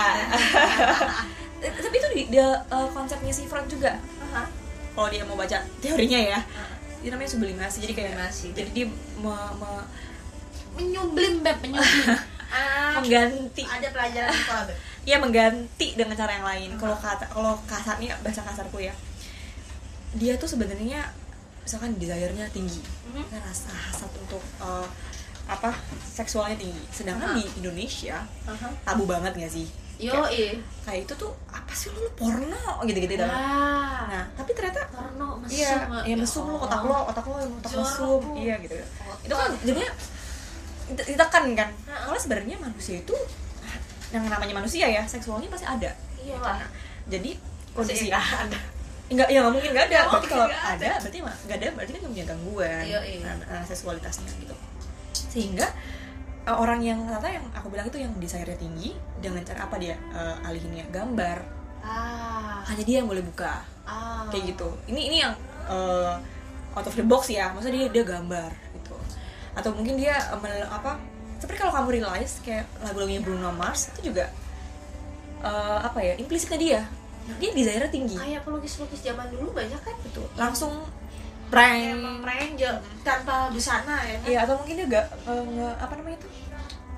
Tapi itu dia uh, konsepnya si Freud juga. Uh-huh. Kalau dia mau baca teorinya ya. Uh-huh. Itu namanya sublimasi. Jadi kayak sublimasi. Jadi dia me, me, menyublim beb menyublim. Ah, mengganti. Ada pelajaran sekolah beb. Iya, mengganti dengan cara yang lain. Kalau uh-huh. kata kalau kasarnya bahasa kasarku ya. Dia tuh sebenarnya misalkan desire-nya tinggi. Uh-huh. Rasa hasad untuk uh, apa? Seksualnya tinggi. Sedangkan uh-huh. di Indonesia uh-huh. tabu banget enggak sih? Yo, iya. Kayak itu tuh apa sih lu porno gitu-gitu dah. Nah, nah, tapi ternyata porno mesum. Iya, ya mesum lu, otak lu, otak lu otak mesum. Iya gitu. Otak. Itu kan jadinya ditekan kan. Nah, kalau sebenarnya manusia itu yang namanya manusia ya, seksualnya pasti ada. Iya lah. Nah, jadi kondisi nggak ada. Enggak, ya nggak mungkin nggak ada. Gak berarti kalau ada, ada, berarti mah nggak ada, berarti kan nggak punya gangguan. Iya, iya. Nah, seksualitasnya gitu. Sehingga uh, orang yang ternyata yang aku bilang itu yang desire-nya tinggi, dengan cara apa dia uh, alihinnya gambar. Ah. Hanya dia yang boleh buka. Ah. Kayak gitu. Ini ini yang uh, out of the box ya. Maksudnya dia dia gambar gitu. Atau mungkin dia um, apa? Seperti kalau kamu realize kayak lagu-lagunya Bruno Mars itu juga uh, apa ya? Implisitnya dia. Dia desire tinggi. Kayak pelukis-pelukis zaman dulu banyak kan? Betul. Langsung prank, emang prank aja tanpa busana ya kan? Iya, atau mungkin dia gak uh, nge, apa namanya itu?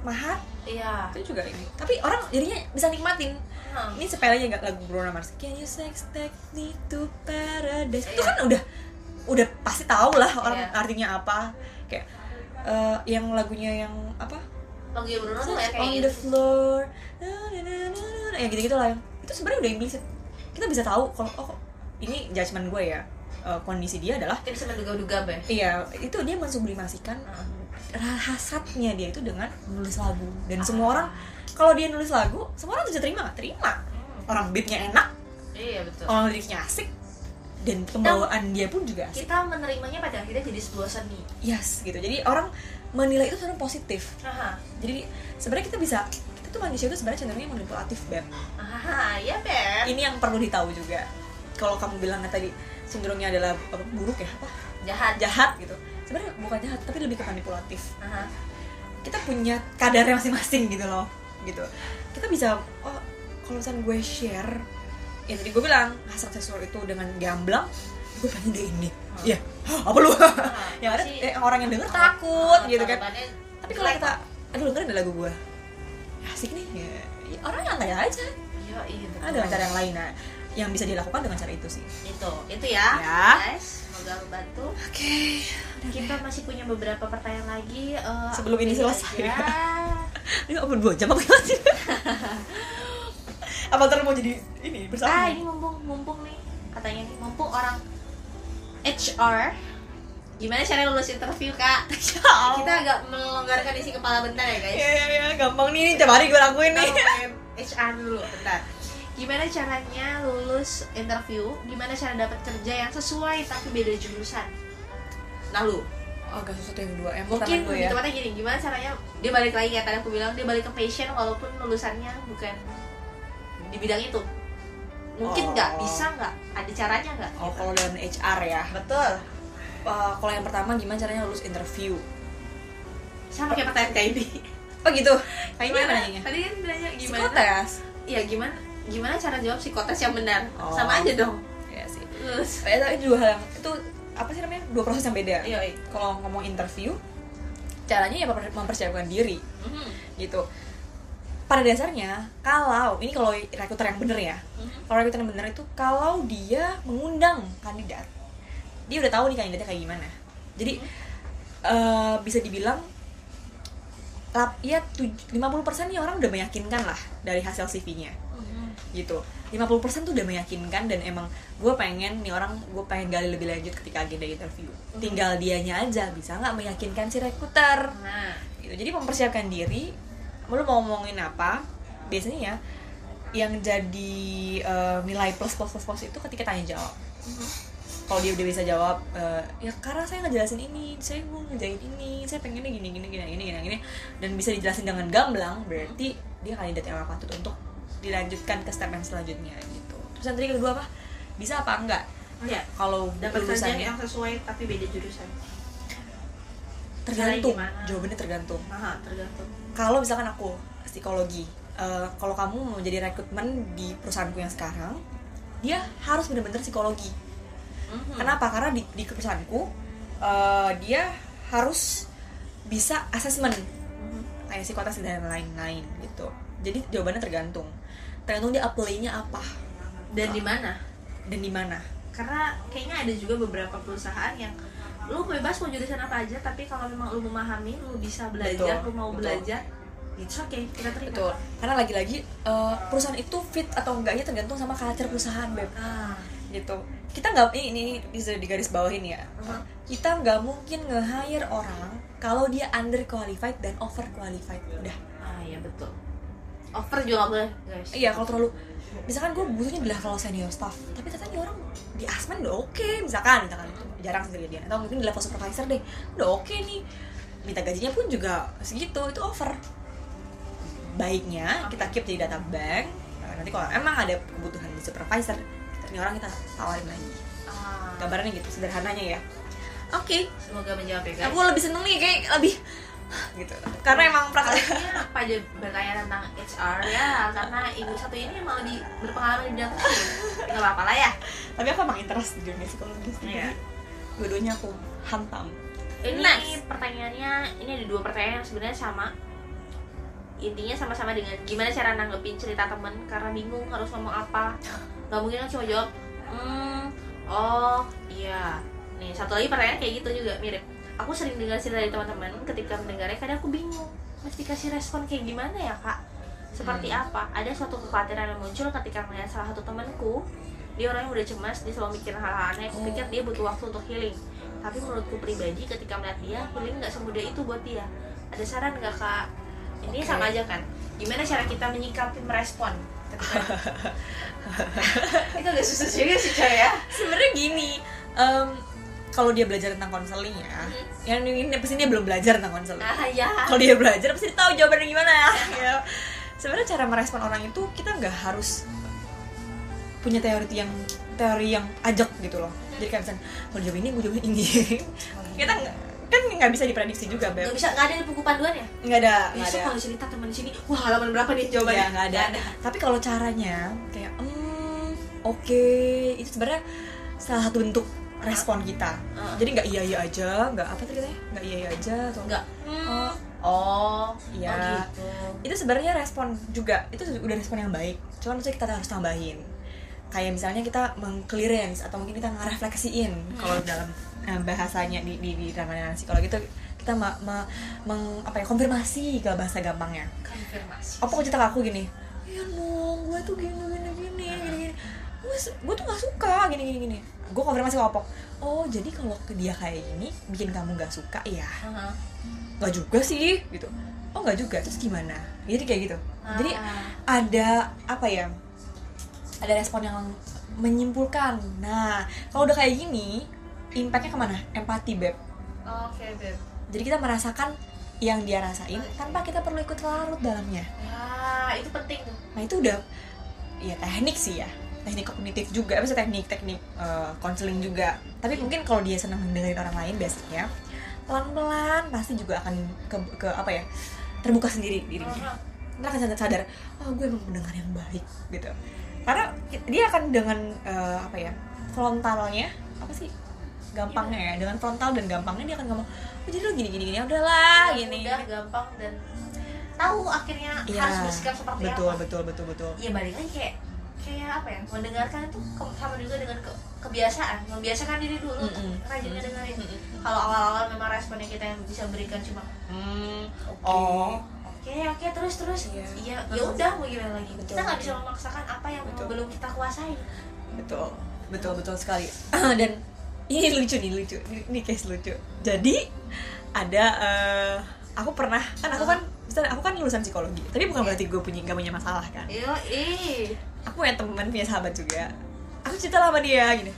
Mahat. Iya. Itu juga ini. Tapi orang jadinya bisa nikmatin. Hmm. Ini sepelenya nggak lagu Bruno Mars. Can you sex take me to paradise? Itu Iya. kan udah udah pasti tahu lah orang Iya. artinya apa. Kayak uh, yang lagunya yang apa? Lagu yang Bruno tuh ya kayak On gitu. the floor. Na, na, na, na, na. Ya gitu-gitu lah yang. Itu sebenarnya udah implisit. Kita bisa tahu kalau oh ini judgement gue ya. Uh, kondisi dia adalah Kita bisa menduga-duga, Be. iya, itu dia mensublimasikan Hmm. hasratnya dia itu dengan menulis lagu. Dan semua orang kalau dia nulis lagu, semua orang bisa terima nggak? Terima. Orang beatnya enak, Iya, betul. orang liriknya asik, dan pembawaan dia pun juga asik. Kita menerimanya pada akhirnya jadi sebuah seni. Yes, gitu. Jadi orang menilai itu sebenarnya positif. Aha. Jadi sebenarnya kita bisa, kita tuh manusia itu sebenarnya cenderungnya manipulatif, Beb. Aha, ya, Be. Ini yang perlu ditahu juga. Kalau kamu bilangnya tadi cenderungnya adalah apa, buruk ya, apa? Jahat. Jahat gitu. Sebenarnya bukan jahat, tapi lebih ke manipulatif. Aha. Kita punya kadarnya masing-masing gitu loh, gitu. Kita bisa, oh kalau misalnya gue share, ya tadi gue bilang hasrat seksual itu dengan gamblang, gue pengen deh ini, iya, hmm. apa lu? Yang ada eh, orang yang denger takut Ah, gitu kan. tanggapannya Tapi kalau jelek, kita, aduh dengerin deh lagu gue, ya, asik nih, ya, ya, orang nyantai aja. Iya, iya, betul. Ada dengan cara yang lain, nah, yang bisa dilakukan dengan cara itu sih. Itu, itu ya, Ya. guys. Semoga membantu. Oke. Kita masih punya beberapa pertanyaan lagi. eh, Sebelum ini apa selesai. aja? Ini apa dua jam apa gimana sih? Apa ntar mau jadi ini bersama? Ah, ini mumpung mumpung nih katanya nih mumpung orang H R. Gimana cara lulus interview, Kak? Kita agak melonggarkan isi kepala bentar ya, guys. Iya iya iya, gampang nih, nih tiap hari gue lakuin Kita nih. ngomongin H R dulu, bentar. Gimana caranya lulus interview? Gimana cara dapat kerja yang sesuai tapi beda jurusan? Nah, lu Oh, agak sesuatu yang kedua. Yang mungkin pertama gue ya. tempatnya gini, gimana caranya dia balik lagi kayak tadi aku bilang, dia balik ke passion walaupun lulusannya bukan di bidang itu. Mungkin nggak Oh. bisa nggak? Ada caranya nggak? Oh, kalau dengan H R ya. Betul. Uh, kalau yang pertama gimana caranya lulus interview? Sama kayak pertanyaan K I B. Oh gitu. Kayak Gimana? gimana nanya? Tadi kan nanya gimana? Psikotes. Iya, gimana? Gimana cara jawab psikotes yang benar? Oh. Sama aja dong. Iya sih. Lulus. Eh, itu dua hal yang itu apa sih namanya? Dua proses yang beda. Iya, iya. Kalau ngomong interview, caranya ya memper- mempersiapkan diri Mhm. gitu. Pada dasarnya, kalau ini kalau rekruter yang bener ya, Mhm. kalau rekruter yang bener itu kalau dia mengundang kandidat, dia udah tahu nih kandidatnya kayak gimana. Jadi eh, bisa dibilang lap, ya tuj- lima puluh persen nih orang udah meyakinkan lah dari hasil C V-nya Mhm. gitu. lima puluh persen tuh udah meyakinkan dan emang gue pengen nih orang, gue pengen gali lebih lanjut ketika agenda interview. Tinggal dianya aja bisa nggak meyakinkan si rekruter Nah, gitu. Jadi mempersiapkan diri, lu mau ngomongin apa, biasanya ya yang jadi uh, nilai plus plus plus plus itu ketika tanya jawab. mhm. Kalau dia udah bisa jawab, uh, ya karena saya ngejelasin ini, saya mau ngerjain ini, saya pengennya gini gini gini gini gini gini, dan bisa dijelasin dengan gamblang, berarti dia kandidat yang patut untuk dilanjutkan ke step yang selanjutnya gitu. Terus yang tadi kedua apa? Bisa apa enggak? Iya. Kalau Dapat kerja lulusannya yang sesuai tapi beda jurusan. tergantung, Caranya gimana? jawabannya tergantung. Aha, tergantung. Kalau misalkan aku psikologi, uh, kalau kamu mau jadi rekrutmen di perusahaanku yang sekarang, dia harus benar-benar psikologi. Mhm. Kenapa? Karena di, di perusahaanku uh, dia harus bisa asesmen Mhm. kayak psikotes dan lain-lain gitu. Jadi jawabannya tergantung, tergantung dia apply-nya apa Dan di mana? dan di mana. Karena kayaknya ada juga beberapa perusahaan yang lu bebas mau jurusan apa aja, tapi kalau memang lu memahami, lu bisa belajar, Betul, lu mau betul. belajar, it's okay, kita terima. Betul. Karena lagi-lagi uh, perusahaan itu fit atau enggaknya tergantung sama culture perusahaan, Beb. Ah, Gitu. Kita nggak ini, ini bisa digaris bawahin ya. uh-huh. Kita nggak mungkin nge-hire orang kalau dia underqualified dan overqualified. Udah. Ah, iya betul. Over juga nggak boleh, guys. Iya, kalau terlalu misalkan gue butuhnya di level senior staff, tapi ternyata nih orang di asmen udah oke, okay, misalkan misalkan itu jarang sih kejadian, atau mungkin di level supervisor deh udah oke okay nih, minta gajinya pun juga segitu, itu over. Baiknya kita keep jadi data bank. Nah, nanti kalau emang ada kebutuhan di supervisor, kita, ini orang kita tawarin lagi. Ah, Gambarannya gitu, sederhananya ya. Oke, semoga menjawab ya, guys. aku lebih seneng nih kayak lebih gitu, karena emang praktek. Harusnya apa aja bertanya tentang H R ya, karena ibu satu ini emang lebih berpengalaman di bidang itu. Nggak apa-apa lah ya. Tapi aku emang interest di dunia psikologi sih. Iya. Dua-duanya aku hantam. Ini Next. pertanyaannya, ini ada dua pertanyaan yang sebenarnya sama. intinya sama-sama dengan gimana cara nanggepin cerita temen karena bingung harus ngomong apa. Gak mungkin kan cuma jawab hmm oh iya. Nih satu lagi pertanyaan kayak gitu juga mirip, aku sering dengar cerita dari teman-teman, ketika mendengarnya kadang aku bingung mesti kasih respon kayak gimana ya kak, seperti hmm. apa. Ada suatu kekhawatiran yang muncul ketika melihat salah satu temanku, dia orang yang udah cemas, dia selalu mikirin hal-hal aneh. Aku pikir dia butuh waktu untuk healing, tapi menurutku pribadi ketika melihat dia, healing gak semudah itu buat dia. Ada saran gak kak? Ini okay. Sama aja kan, gimana cara kita menyikapi, merespon ketika itu agak susah juga sih coy ya. Sebenarnya gini, um, kalau dia belajar tentang konseling ya, mm-hmm. yang ini pasti dia belum belajar tentang konseling. Ah, ya. Kalau dia belajar pasti dia tahu jawabannya gimana ya. Sebenarnya cara merespon orang itu kita nggak harus punya teori yang teori yang ajak gitu loh. Jadi kayak misalnya kalau jawab ini, gue jawab ini. Kita kan nggak bisa diprediksi juga, Beb. Nggak bisa, nggak ada di buku panduannya? Nggak ada. Nggak ada. Kalau cerita teman di sini, wah halaman berapa nih jawabannya? Ya, nggak ada. ada. Tapi kalau caranya kayak, hmm, oke, okay. Itu sebenarnya salah satu bentuk respon kita. Uh. Jadi nggak iya iya aja, nggak apa tadi katanya? Nggak iya iya aja atau nggak? Hmm. Oh, oh, iya. Oh gitu. Itu sebenarnya respon juga. Itu udah respon yang baik. Cuma maksudnya kita harus tambahin. Kayak misalnya kita meng-clearance atau mungkin kita ngerefleksiin hmm. kalau dalam eh, bahasanya di di di namanya psikolog itu kita ma, ma, meng, apa ya, konfirmasi ke bahasa gampangnya. Konfirmasi. Apa kok cerita ke aku gini? Ya dong, gue tuh gini gini gini gini gini. Gue gue tuh nggak suka gini gini gini. Gue konfirmasi ke Opok. Oh jadi kalau ke dia kayak gini bikin kamu nggak suka ya? Uh-huh. Nggak juga sih gitu. Oh nggak juga, terus gimana? Jadi kayak gitu. Uh-huh. Jadi ada apa ya? Ada respon yang menyimpulkan. Nah, kalau udah kayak gini, impact-nya kemana? Empati, Beb. Oke, okay, Beb. Jadi kita merasakan yang dia rasain tanpa kita perlu ikut larut dalamnya. Ya, itu penting tuh. Nah, itu udah ya teknik sih ya. Teknik kognitif juga, bisa teknik-teknik konseling uh, juga. Tapi mungkin kalau dia senang mendengarin orang lain biasanya, pelan-pelan pasti juga akan ke, ke apa ya? Terbuka sendiri dirinya. Ntar akan sadar, oh gue emang pendengar yang baik gitu. Karena dia akan dengan uh, apa ya, frontalnya apa sih gampangnya ya, dengan frontal dan gampangnya dia akan ngomong oh jadi lo gini gini gini udahlah ya, gini udah gampang dan tahu akhirnya ya, harus bersikap seperti betul, apa. betul betul betul betul iya balik lagi kayak kayak apa ya, mendengarkan itu sama juga dengan ke, kebiasaan membiasakan diri dulu mm-hmm. untuk rajin ngedengerin. Mm-hmm. Kalau awal-awal memang responnya kita yang bisa berikan cuma mm, okay. oh oke okay, oke okay, terus terus iya ya, ya udah mau gimana lagi. Betul, kita nggak bisa memaksakan apa yang betul. belum kita kuasai. Betul betul betul sekali. Dan ini lucu nih lucu ini, ini case lucu. Jadi ada uh, aku pernah kan aku kan misalnya aku kan lulusan psikologi tapi bukan berarti gue punya nggak punya masalah kan. Iya ih aku punya teman punya sahabat juga. Aku cerita sama dia gini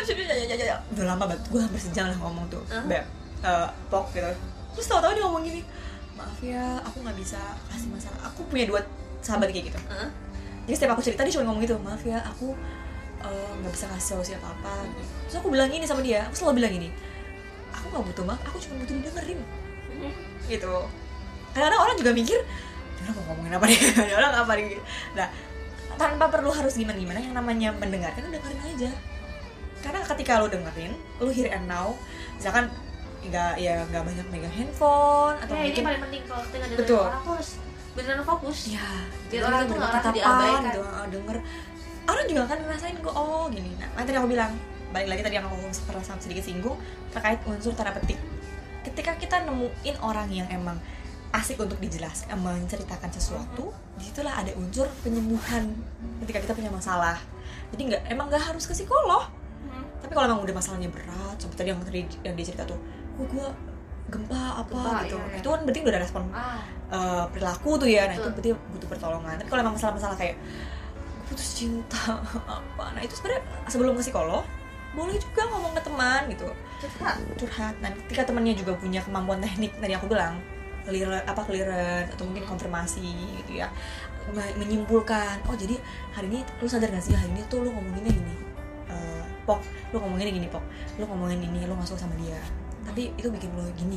udah lama banget gue hampir sejam lah ngomong tuh uh-huh. Beb uh, pok gitu. Terus tau-tau dia ngomong gini, maaf ya aku nggak bisa kasih masalah. Aku punya dua sahabat kayak gitu. Uh-huh. Jadi setiap aku cerita dia cuma ngomong gitu, maaf ya aku nggak uh, bisa kasih solusi apa apa gitu. Terus aku bilang gini sama dia, aku selalu bilang gini, aku nggak butuh maaf, aku cuma butuh didengerin. Uh-huh. Gitu. Kadang-kadang orang juga mikir dia mau ngomongin apa nih, dia orang apa nih. Nah tanpa perlu harus gimana-gimana, yang namanya mendengarkan dengerin aja. Karena ketika lo dengerin, lo here and now, misalkan nggak ya nggak banyak megang handphone atau ya, mungkin ini paling penting kalau kita dengerin orang tuh harus beneran fokus ya biar orang tuh nggak merasa diabaikan gitu. Denger orang juga akan ngerasain kok oh gini. Nah tadi aku bilang balik lagi tadi yang aku pernah sedikit singgung terkait unsur terapeutik. Ketika kita nemuin orang yang emang asik untuk dijelaskan menceritakan sesuatu, disitulah ada unsur penyembuhan ketika kita punya masalah. Jadi nggak emang nggak harus ke psikolog. Tapi kalau emang udah masalahnya berat, seperti tadi yang tadi yang dia cerita tuh, oh gue gempa apa gempa, gitu, iya, iya. Itu kan berarti udah ada respon ah. uh, perilaku tuh ya, nah betul. Itu berarti butuh pertolongan. Tapi kalau emang masalah-masalah kayak gue putus cinta apa, nah itu sebenarnya sebelum ke psikolog boleh juga ngomong ke teman gitu, curhat, curhat. Nah ketika temannya juga punya kemampuan teknik tadi aku bilang, clear apa clearance atau mungkin konfirmasi gitu ya, menyimpulkan, oh jadi hari ini lu sadar gak sih hari ini tuh lu ngomonginnya gini. Pok, lu ngomongin gini Pok, lu ngomongin ini, lu gak suka sama dia tapi itu bikin lu gini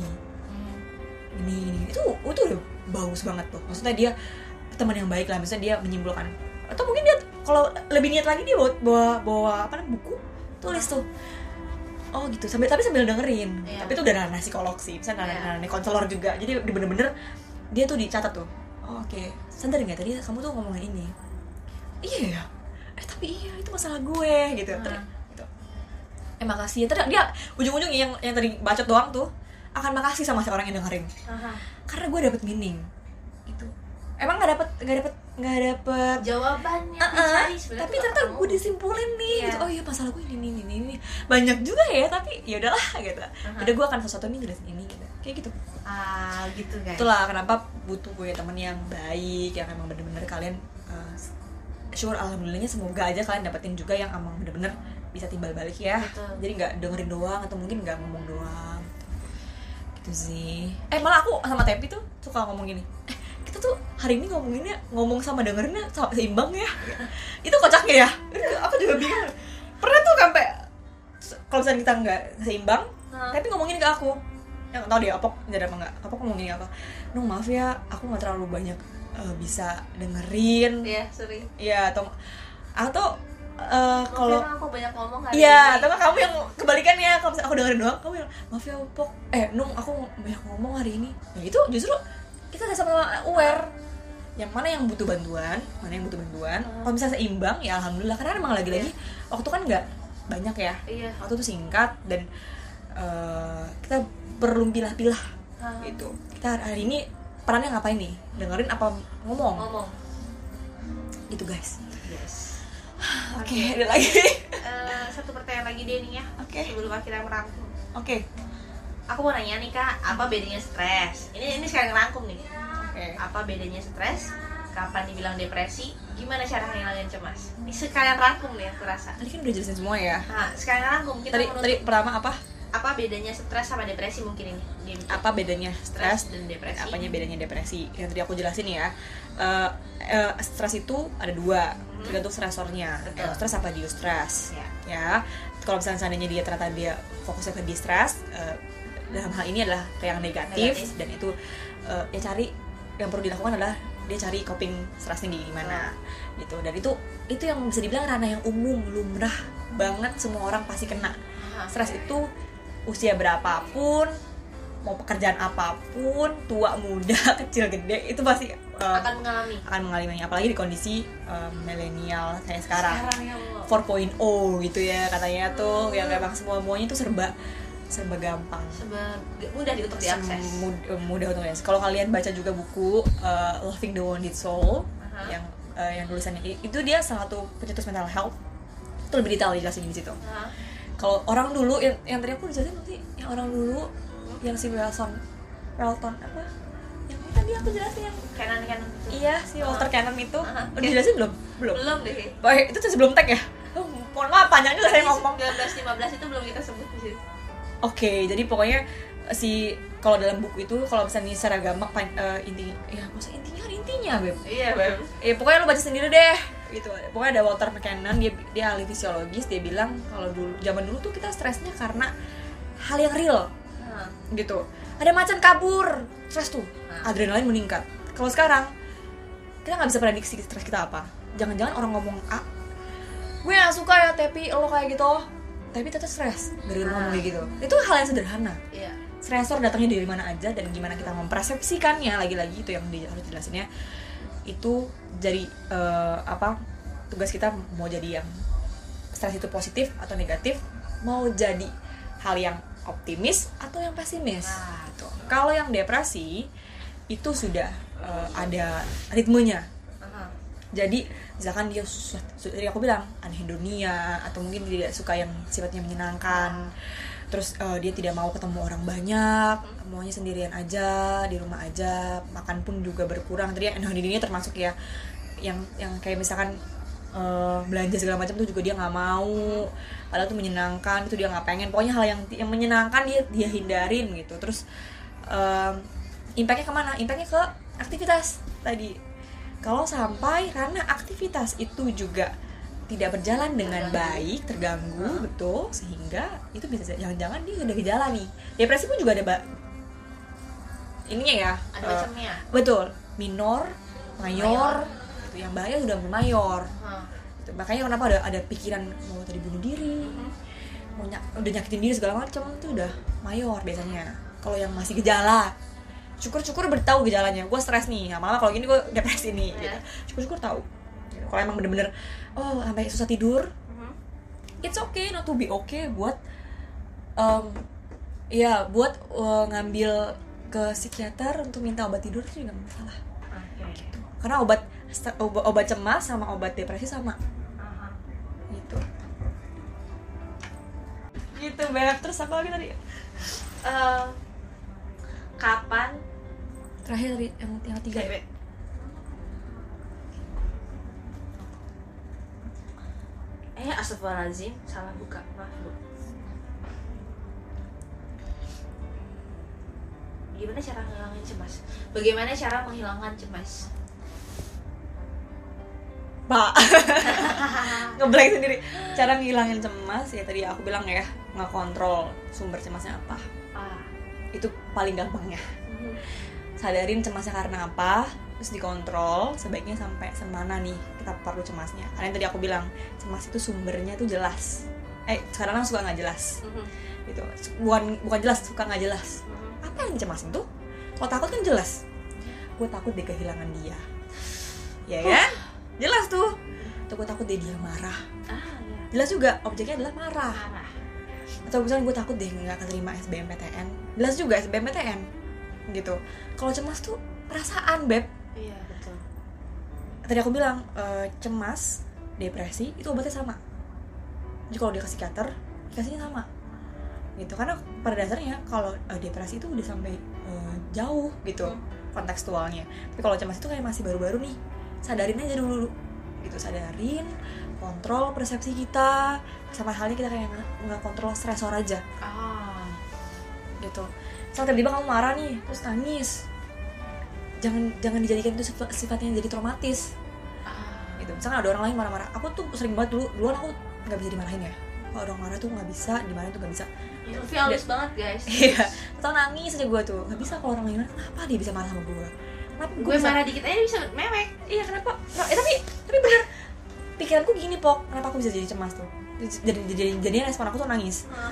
gini, gini, itu itu udah bagus banget tuh. Maksudnya dia teman yang baik lah, misalnya dia menyimpulkan. Atau mungkin dia kalau lebih niat lagi dia bawa bawa, bawa apa namanya buku, tulis tuh oh gitu, sambil tapi sambil dengerin yeah. Tapi itu udah ranah psikolog sih, misalnya ranah yeah. konselor juga. Jadi bener-bener dia tuh dicatat tuh, oh, oke okay. Sadar nggak tadi kamu tuh ngomongin ini? Iya ya, eh tapi iya itu masalah gue gitu. Hmm. Terus, gitu. Eh makasih ya. Terus dia ujung-ujungnya yang yang tadi bacot doang tuh akan makasih sama si orang yang dengerin. Uh-huh. Karena gue dapet meaning. Itu. Emang nggak dapet nggak dapet nggak dapet jawabannya uh-uh. dicari sebenarnya. Tapi ternyata gue disimpulin nih. Yeah. Gitu. Oh iya masalah gue ini ini ini ini. Banyak juga ya tapi ya udahlah gitu. Uh-huh. Udah gue akan sesuatu nih jelasin ini gitu. Kayak gitu. Ah gitu guys. Itulah kenapa butuh gue temen yang baik yang emang bener-bener kalian. Uh, Syukur alhamdulillahnya semoga aja kalian dapetin juga yang emang bener-bener bisa timbal balik ya. Betul. Jadi nggak dengerin doang atau mungkin nggak ngomong doang gitu sih. Eh malah aku sama Tepi tuh suka ngomong gini, eh kita tuh hari ini ngomonginnya ngomong sama dengerinnya sama seimbang ya. Itu kocaknya ya. Aku juga bingung. Pernah tuh sampai kalau misalnya kita nggak seimbang, hmm. tapi ngomongin ke aku, yang tau dia Apok jadi apa nggak? Apok ngomongin apa? Nung maaf ya, aku nggak terlalu banyak Uh, bisa dengerin, iya sorry, iya atau atau uh, kalau aku banyak ngomong hari iya, ini. atau kamu yang kebalikannya, kalau aku dengerin doang, kamu yang maaf ya Pok, eh Nung aku banyak ngomong hari ini, ya itu justru kita udah sama aware, yang mana yang butuh bantuan, mana yang butuh bantuan, uh. kalau misalnya seimbang ya alhamdulillah, karena emang lagi-lagi yeah. waktu kan nggak banyak ya, yeah. waktu tuh singkat dan uh, kita perlu pilah-pilah uh. gitu, kita hari ini perannya ngapain nih? Dengerin apa ngomong? Ngomong. Gitu guys. Yes. Oke, okay, ada lagi. uh, satu pertanyaan lagi deh nih ya. Oke. Okay. Sebelum akhirnya merangkum. Oke. Okay. Aku mau nanya nih Kak, apa bedanya stres? Ini ini sekarang ngerangkum nih. Oke. Okay. Apa bedanya stres? Kapan dibilang depresi? Gimana cara ngilangin cemas? Ini sekalian rangkum nih aku rasa. Tadi kan udah jelasin semua ya. Nah, sekalian rangkum kita tadi, tadi pertama apa? Apa bedanya stres sama depresi mungkin ini? Apa bedanya stres dan depresi? Apanya bedanya depresi? Yang tadi aku jelasin ya. Uh, uh, stres itu ada dua, hmm. tergantung stresornya. Uh, stres apa distress? Ya. ya. Kalau misalnya seandainya dia ternyata dia fokusnya ke distress, uh, dalam hal ini adalah yang negatif, negatif. Dan itu uh, ya cari yang perlu dilakukan adalah dia cari coping stresnya gimana, hmm. gitu. Dan itu itu yang bisa dibilang ranah yang umum, lumrah banget, semua orang pasti kena. Stres itu usia berapapun, mau pekerjaan apapun, tua muda, kecil gede, itu pasti um, akan mengalami akan mengalaminya, apalagi di kondisi um, milenial kayak sekarang, sekarang ya, empat titik nol gitu ya katanya tuh, hmm. yang memang semua semuanya tuh serba serba gampang, serba mudah untuk diakses, mudah, mudah untuk diakses. Kalau kalian baca juga buku uh, Loving the Wounded Soul, uh-huh. yang uh, yang tulisannya itu, dia salah satu pencetus mental health, itu lebih detail dijelasin di situ. Uh-huh. Kalau orang dulu yang, yang tadi aku dijelasin nanti yang orang dulu yang si Wilson Walton apa yang tadi aku jelasin yang Cannon Cannon iya si Walter uh-huh. Cannon itu uh-huh. udah dijelasin belum belum belum deh baik itu tuh sebelum tag ya oh, mohon maaf panjang juga saya ngomong sembilan belas lima belas itu belum kita sebut di sini. Oke jadi pokoknya si kalau dalam buku itu kalau misalnya secara gampang uh, inti ya maksudnya intinya intinya beb iya beb ya pokoknya lo baca sendiri deh gitu. Pokoknya ada Walter McKinnon, dia dia ahli fisiologis, dia bilang kalau dulu zaman dulu tuh kita stresnya karena hal yang real. Hmm. Gitu. Ada macan kabur, stres tuh. Hmm. Adrenalin meningkat. Kalau sekarang kita nggak bisa prediksi stres kita apa. Jangan-jangan orang ngomong A, gue nggak suka ya Tepi lo kayak gitu. Tapi tetap stres dari hmm. ngomong kayak gitu. Itu hal yang sederhana. Yeah. Stresor datangnya dari mana aja dan gimana kita mempersepsikannya, lagi-lagi itu yang harus dijelasinnya. Itu jadi uh, apa tugas kita, mau jadi yang stres itu positif atau negatif, mau jadi hal yang optimis atau yang pesimis. Nah, gitu. Kalau yang depresi itu sudah uh, ada ritmenya. Uh-huh. Jadi misalkan dia susah, tadi aku bilang anhedonia atau mungkin dia suka yang sifatnya menyenangkan. Terus uh, dia tidak mau ketemu orang banyak, maunya sendirian aja, di rumah aja, makan pun juga berkurang. Tadi yang anhedonia termasuk ya, yang yang kayak misalkan uh, belanja segala macam tuh juga dia nggak mau, padahal tuh menyenangkan, itu dia nggak pengen. Pokoknya hal yang yang menyenangkan dia dia hindarin gitu. Terus um, impactnya kemana? Impactnya ke aktivitas tadi. Kalau sampai karena aktivitas itu juga tidak berjalan dengan baik, terganggu, hmm. betul, sehingga itu bisa jangan-jangan dia udah gejala nih. Depresi pun juga ada ba- ininya ya. Ada uh, macamnya. Betul, minor, mayor, mayor. Gitu. Yang bahaya sudah mayor. Hmm. Gitu. Makanya kenapa ada ada pikiran mau tadi bunuh diri, hmm. mau nyak, udah nyakitin diri segala macam itu udah mayor biasanya. Kalau yang masih gejala, syukur-syukur bertahu gejalanya, gue stres nih, lama-lama kalau gini gue depresi nih, yeah. gitu. Syukur-syukur tahu. Gitu. Kalau emang bener-bener, oh sampai susah tidur, mm-hmm. it's okay not to be okay buat, um, ya buat uh, ngambil ke psikiater untuk minta obat tidur itu juga nggak masalah. Okay. Gitu. Karena obat, obat obat cemas sama obat depresi sama. Uh-huh. Gitu. Gitu Beb. Terus apa lagi tadi? Uh, kapan terakhir tadi yang yang tiga ya? Eh, astagfirullahaladzim, salah buka, maaf bu. Gimana cara menghilangkan cemas? Bagaimana cara menghilangkan cemas? Pak, ngeblank sendiri. Cara ngilangin cemas ya tadi aku bilang ya, ngekontrol sumber cemasnya apa. Ah. Itu paling gampangnya. Mm-hmm. Sadarin cemasnya karena apa, terus dikontrol sebaiknya sampai semana nih kita perlu cemasnya. Karena yang tadi aku bilang cemas itu sumbernya tuh jelas. Eh sekarang suka nggak jelas. Mm-hmm. Gitu. Bukan bukan jelas, suka nggak jelas. Mm-hmm. Apa yang dicemasin tuh? Kalau takut kan jelas. Gue takut deh kehilangan dia. Ya kan? Uh. Jelas tuh, atau gue takut deh dia marah. Ah, iya. Jelas juga, objeknya adalah marah. marah. Atau misalnya gue takut deh nggak keterima S B M P T N. Jelas juga S B M P T N, gitu. Kalau cemas tuh perasaan, Beb. Iya betul. Tadi aku bilang e, cemas, depresi itu obatnya sama. Jadi kalau dia ke psikiater, dikasihnya sama. Gitu. Karena pada dasarnya kalau e, depresi itu udah sampai e, jauh gitu hmm. kontekstualnya. Tapi kalau cemas itu kayak masih baru-baru nih. Sadarin aja dulu gitu, sadarin, kontrol persepsi kita, sama halnya kita kayak nggak kontrol stresor aja. Ah. Gitu. Misalnya tiba-tiba kamu marah nih, terus nangis, jangan jangan dijadikan itu sifatnya jadi traumatis. Ah. Gitu. Misalnya ada orang lain marah-marah, aku tuh sering banget dulu, duluan aku nggak bisa dimarahin ya. Kalau orang marah tuh nggak bisa, dimarahin tuh nggak bisa. Ilfi halus banget guys. Iya. Atau nangis aja gue tuh, nggak bisa kalau orang lain marah, kenapa dia bisa marah sama gue? Kenapa gue bisa... marah dikit aja bisa mewek. Iya kenapa? Nah, eh, tapi tapi bener pikiranku gini Pok, kenapa aku bisa jadi cemas tuh? Jadi jadi jadinya respon aku tuh nangis. Hmm.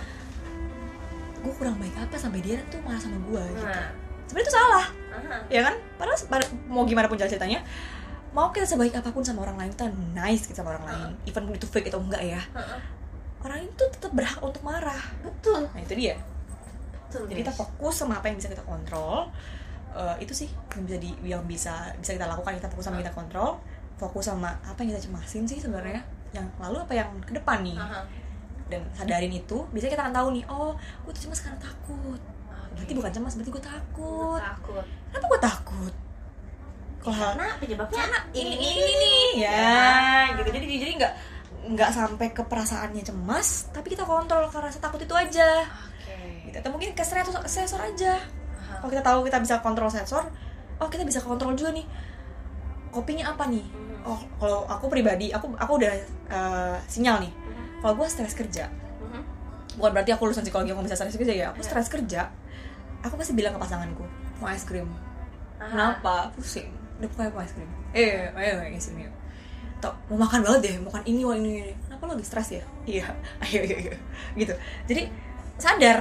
Gue kurang baik apa sampai dia tuh marah sama gue gitu. Hmm. Sebenarnya itu salah, hmm. ya kan? Padahal mau gimana pun jalan ceritanya, mau kita sebaik apapun sama orang lain kita nice gitu sama orang lain, hmm. even itu fake atau enggak ya. Hmm. Orang itu tetap berhak untuk marah. Betul. Nah itu dia. Betul. Jadi guys, kita fokus sama apa yang bisa kita kontrol. Uh, itu sih yang bisa di, yang bisa bisa kita lakukan. Kita fokus sama kita kontrol, fokus sama apa yang kita cemasin sih sebenarnya, yang lalu apa yang ke depan nih. Uh-huh. Dan sadarin itu, biasanya kita akan tahu nih, oh gue tuh cemas karena takut. Okay. Berarti bukan cemas, berarti gue takut. Takut. Kenapa gue takut? Kalau karena penyebabnya karena ini ini ini, ini. Ya, ya gitu. Jadi jadi nggak nggak sampai ke perasaannya cemas, tapi kita kontrol karena rasa takut itu aja. Okay. Gitu. Atau mungkin ke stresor aja. Kalau kita tahu kita bisa kontrol sensor, oh kita bisa kontrol juga nih kopinya apa nih. Oh kalau aku pribadi, aku aku udah uh, sinyal nih. Kalau gue stres kerja, bukan berarti aku lulusan psikologi aku bisa stres kerja ya. Aku stres kerja, aku pasti bilang ke pasanganku mau es krim. Kenapa? Pusing. Udah pokoknya mau es krim. Eh, ayo es krim. Atau mau makan banget deh, mau makan ini, mau ini, ini. Kenapa lo lagi stres ya? Iya, ayo, ayo, ayo. Gitu. Jadi sadar.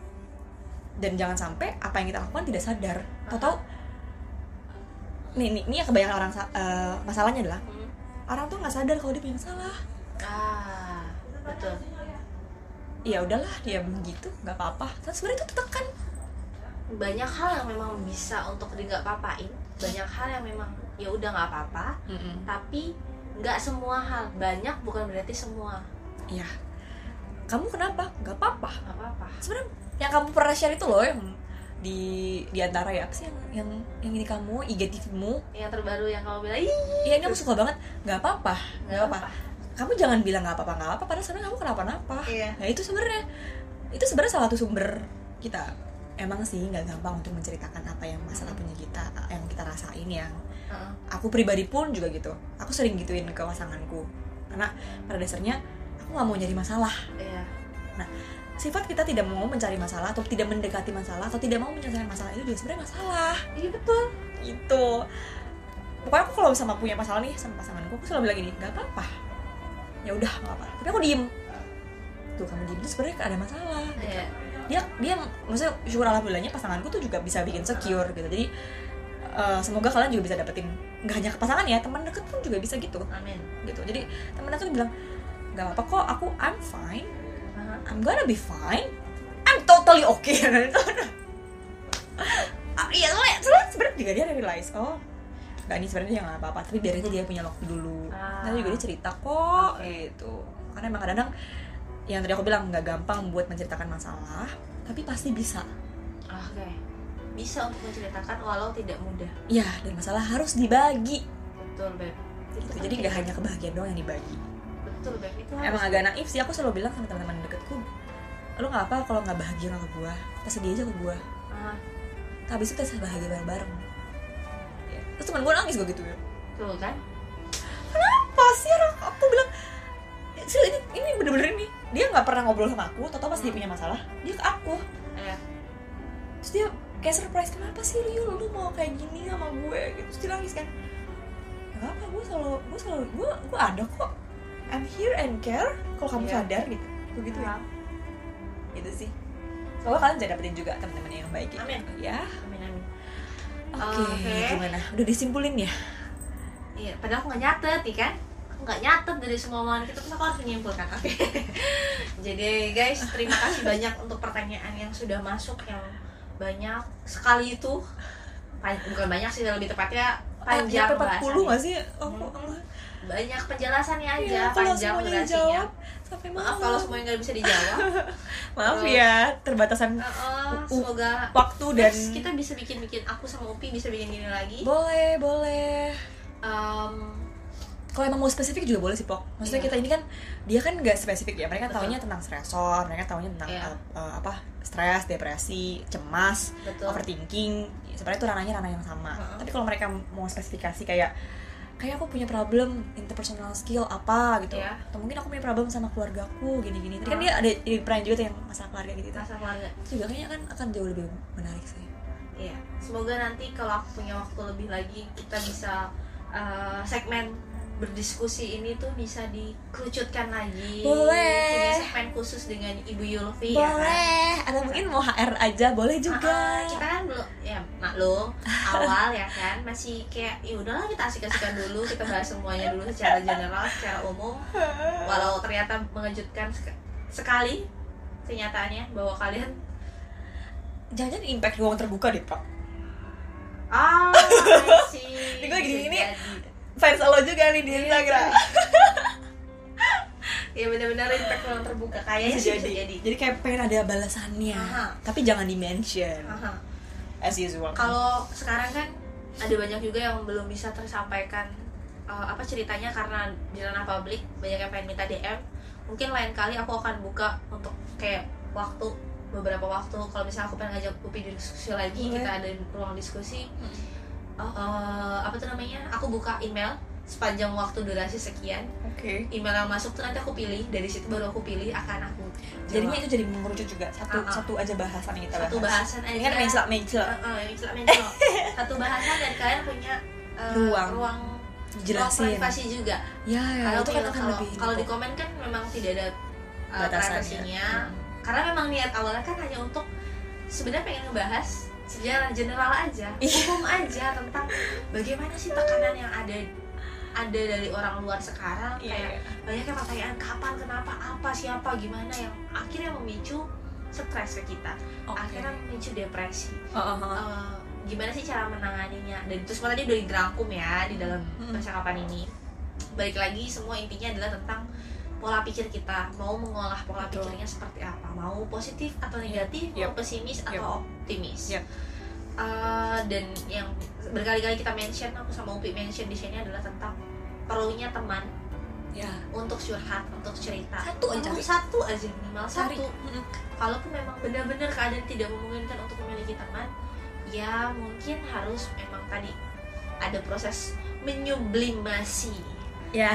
Dan jangan sampai apa yang kita lakukan tidak sadar. Tahu-tahu nih, nih, ini yang kebanyakan orang uh, masalahnya adalah hmm. orang tuh nggak sadar kalau dia punya masalah. Ah, betul. Ya udahlah, dia begitu, nggak apa-apa. Tapi sebenarnya itu tertekan. Banyak hal yang memang bisa untuk di nggak apa-apain. Banyak hal yang memang ya udah nggak apa-apa. Mm-mm. Tapi nggak semua hal. Banyak bukan berarti semua. Iya. Kamu kenapa? Nggak apa-apa. Nggak apa-apa. Sebenarnya yang kamu pernah share itu loh, yang di di antara ya apa sih yang yang yang ini kamu I G T V-mu yang terbaru yang kamu bilang iya ini aku suka banget, nggak apa-apa nggak apa-apa kamu jangan bilang nggak apa-apa nggak apa padahal sebenarnya kamu kenapa-napa. Iya. Nah itu sebenarnya itu sebenarnya salah satu sumber kita. Emang sih nggak gampang untuk menceritakan apa yang masalah punya kita, yang kita rasain yang uh-uh. aku pribadi pun juga gitu, aku sering gituin ke pasanganku karena pada dasarnya aku nggak mau nyari masalah. Iya. Nah sifat kita tidak mau mencari masalah atau tidak mendekati masalah atau tidak mau menyelesaikan masalah itu juga sebenarnya masalah. Iya betul. Itu. Pokoknya aku kalau sama punya masalah nih sama pasanganku, aku selalu bilang gini, nggak apa-apa. Ya udah nggak apa-apa. Tapi aku diem. Tuh kamu diem itu sebenarnya ada masalah. Gitu. Iya. dia dia maksudnya syukur alhamdulillahnya pasanganku tuh juga bisa bikin secure gitu. Jadi uh, semoga kalian juga bisa dapetin nggak hanya ke pasangan ya, teman deket pun juga bisa gitu. Amin. Gitu. Jadi temen aku bilang nggak apa-apa kok, aku I'm fine, uh-huh. I'm gonna be fine, I'm totally okay. Iya, soalnya soalnya sebenarnya juga dia realize oh nggak, ini sebenarnya dia nggak apa-apa, tapi biar aja dia punya waktu dulu. Ah. Nanti juga dia cerita kok, okay. Gitu. Karena emang kadang-kadang yang tadi aku bilang nggak gampang buat menceritakan masalah, tapi pasti bisa. Oke, okay. Bisa untuk menceritakan walau tidak mudah. Iya, dan masalah harus dibagi. Betul, Beb. Gitu. Jadi nggak hanya kebahagiaan doang yang dibagi. Betul, Beb. Itu emang agak naif sih, aku selalu bilang sama teman-teman deketku, lu nggak apa kalau nggak bahagia sama gue, kita sedih aja ke gue. Uh. Habis itu kita bahagia bareng-bareng. Ya. Terus teman gue nangis gue gitu ya. Tuh kan? Kenapa sih orang? Aku bilang, ini ini bener-bener ini dia nggak pernah ngobrol sama aku, tau-tau pas hmm. dia punya masalah dia ke aku. Eh. Terus dia kayak surprise, kenapa sih Rio lu mau kayak gini sama gue gitu. Terus dia nangis kan, nggak apa, gue selalu gue selalu gue gue ada kok, I'm here and care kalau kamu yeah. sadar gitu begitu ya. Gitu sih. Semoga kalian bisa dapetin juga teman-teman yang baik gitu. Amin. Ya. Amin amin. Oke, okay, okay. Gimana? Udah disimpulin ya? Iya, padahal aku nggak nyatet nih kan. Aku nggak nyatet dari semua omongan kita, terus aku harus menyimpulkan. Oke. Okay. Jadi guys, terima kasih banyak untuk pertanyaan yang sudah masuk, yang banyak sekali itu. Bukan banyak sih, lebih tepatnya panjang oh, empat puluh nggak sih? Oh, hmm. Banyak penjelasannya aja, ya, panjang durasinya. Sampai maaf kalau semuanya nggak bisa dijawab. Maaf Terus, ya, terbatasan uh, semoga waktu dan kita bisa bikin-bikin, aku sama Upi bisa bikin gini lagi. Boleh, boleh. Um, kalau emang mau spesifik juga boleh sih, Pok. Maksudnya iya. Kita ini kan, dia kan nggak spesifik ya. Mereka taunya tentang stresor, mereka taunya tentang iya. uh, apa stres, depresi, cemas, betul. Overthinking. Sebenarnya itu ranahnya ranah yang sama. Uh-huh. Tapi kalau mereka mau spesifikasi kayak kayak aku punya problem interpersonal skill apa gitu, yeah. Atau mungkin aku punya problem sama keluargaku gini-gini. Tadi kan dia ada di peran juga tuh yang masalah keluarga gitu. Masalah keluarga. Itu juga kayaknya kan akan jauh lebih menarik sih. Iya. Semoga nanti kalau aku punya waktu lebih lagi kita bisa uh, segmen berdiskusi ini tuh bisa dikerucutkan lagi. Boleh. Punya segmen khusus dengan Ibu Yulfi. Boleh. Ya kan? Atau mungkin mau H R aja boleh juga. Uh, kita kan belum, ya maklum awal ya kan masih kayak ya udahlah kita asik-asikan dulu, kita bahas semuanya dulu secara general, secara umum. Walau ternyata mengejutkan sek- sekali kenyataannya bahwa kalian jangan-jangan impact ruang terbuka deh, Pak. Ah, sih. Ini gue gini ini. Fans lo juga nih di Instagram. Ya benar-benar impact ruang terbuka kayaknya sih jadi. jadi. Jadi kayak pengen ada balasannya. Aha. Tapi jangan di-mention. Aha. As usual. Kalau sekarang kan ada banyak juga yang belum bisa tersampaikan uh, apa ceritanya karena di ranah publik, banyak yang pengen minta D M. Mungkin lain kali aku akan buka untuk kayak waktu beberapa waktu kalau misalnya aku pengen ngajak Upi diskusi lagi, hmm. kita ada ruang diskusi. Hmm. Uh, apa tuh namanya? Aku buka email sepanjang waktu durasi sekian. Oke. Okay. Email yang masuk tuh nanti aku pilih, dari situ baru aku pilih akan aku jawab. Jadinya itu jadi mengerucut juga satu uh-huh. satu aja bahasan yang kita bahas. Satu bahasan aja. Ingat mencela mencela. Heeh, mencela mencela. Satu bahasan dan kalian punya uh, ruang ruang jelasin. Privasi juga. Ya, ya kalau itu kan akan kalau, lebih. Kalau di komen kan memang tidak ada uh, privasinya. Hmm. Karena memang niat awalnya kan hanya untuk sebenarnya pengen ngebahas sejarah general aja, umum aja tentang bagaimana sih tekanan yang ada ada dari orang luar sekarang, kayak yeah. Banyaknya pertanyaan kapan, kenapa, apa, siapa, gimana yang akhirnya memicu stres ke kita, okay. Akhirnya memicu depresi. Uh-huh. Uh, gimana sih cara menanganinya? Dan itu semua tadi udah dirangkum ya di dalam hmm. percakapan ini. Balik lagi semua intinya adalah tentang pola pikir kita, mau mengolah pola Betul. pikirnya seperti apa, mau positif atau negatif, yep. mau pesimis yep. atau optimis. Yep. Uh, dan yang berkali-kali kita mention, aku sama Upi mention di sini adalah tentang perlunya teman ya. Untuk curhat, untuk cerita. Satu aja, satu aja minimal Cari. satu. Kalaupun memang benar-benar keadaan tidak memungkinkan untuk memiliki teman, ya mungkin harus memang tadi ada proses menyublimasi. Ya.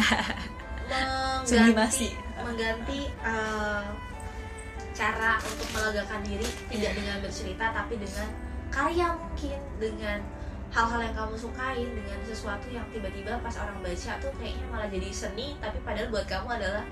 mengganti mengganti uh, cara untuk melegakan diri tidak yeah. dengan bercerita tapi dengan karya, mungkin dengan hal-hal yang kamu sukain, dengan sesuatu yang tiba-tiba pas orang baca tuh kayaknya malah jadi seni tapi padahal buat kamu adalah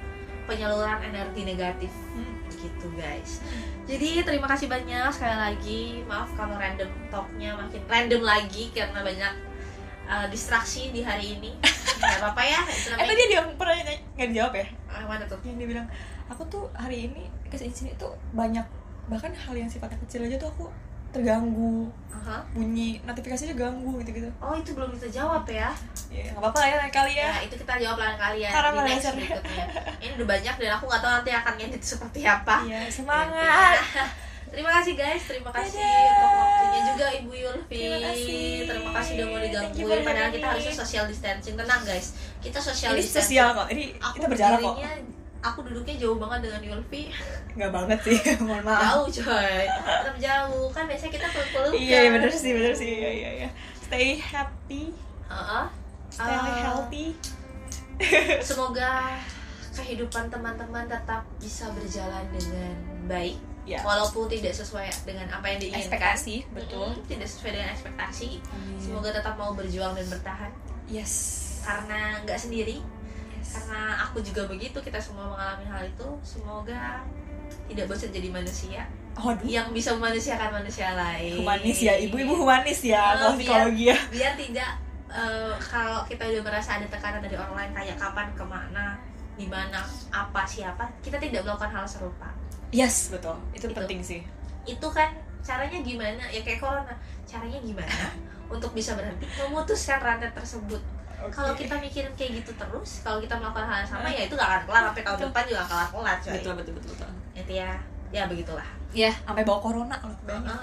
penyaluran energi negatif. hmm. Gitu guys. Jadi terima kasih banyak sekali lagi. Maaf kalau random talknya makin random lagi karena banyak uh, distraksi di hari ini. Gak apa-apa ya. Eh tadi dia pernah nggak dijawab ya? Ah, mana tuh? Yang dia bilang, aku tuh hari ini kesini tuh banyak, bahkan hal yang sifatnya kecil aja tuh aku terganggu. uh-huh. Bunyi notifikasinya ganggu gitu-gitu. Oh itu belum kita jawab ya? Ya nggak apa-apa ya lain kali ya. Ya itu kita jawab lain kali ya Karena di next berikutnya. Ini udah banyak dan aku nggak tahu nanti akan ngedit seperti apa. Iya semangat. Terima kasih guys, terima kasih Dadah. untuk waktunya juga Ibu Yulfi. Terima kasih. Terima kasih udah mau Thank you for digangguin. Padahal having kita me. harusnya social distancing. Tenang guys, kita social Ini distancing. sosial kok. Ini Aku kita berjarak kok. berdirinya, aku duduknya jauh banget dengan Yulfi. Nggak banget sih, mohon maaf. Jauh coy, tetap jauh. Kan biasanya kita peluk-pelukan. Iya bener sih, bener sih. Iya iya iya. Stay happy. Uh-uh. Stay Uh, healthy. Semoga kehidupan teman-teman tetap bisa berjalan dengan baik. Ya. Walaupun tidak sesuai dengan apa yang diinginkan. Ekspektasi, betul. Mm-hmm, tidak sesuai dengan ekspektasi. Amin. Semoga tetap mau berjuang dan bertahan. Yes. Karena nggak sendiri. Yes. Karena aku juga begitu. Kita semua mengalami hal itu. Semoga tidak bosan jadi manusia. Aduh. Yang bisa memanusiakan manusia lain. Humanis ya, ibu-ibu humanis ya, Uh, kalau psikologi ya. Biar tidak uh, kalau kita udah merasa ada tekanan dari orang lain kayak kapan, kemana, di mana, apa, siapa, kita tidak melakukan hal serupa. Yes, betul. Itu, Itu. penting sih. Itu kan caranya gimana? Ya kayak corona. Caranya gimana untuk bisa berhenti memutuskan rantai tersebut. Okay. Kalau kita mikirin kayak gitu terus, kalau kita melakukan hal yang sama ya itu gak akan kelar sampai tahun depan juga gak kelar-kelar coy. Betul betul betul betul. Intinya ya begitulah. Ya, sampai bawa corona loh.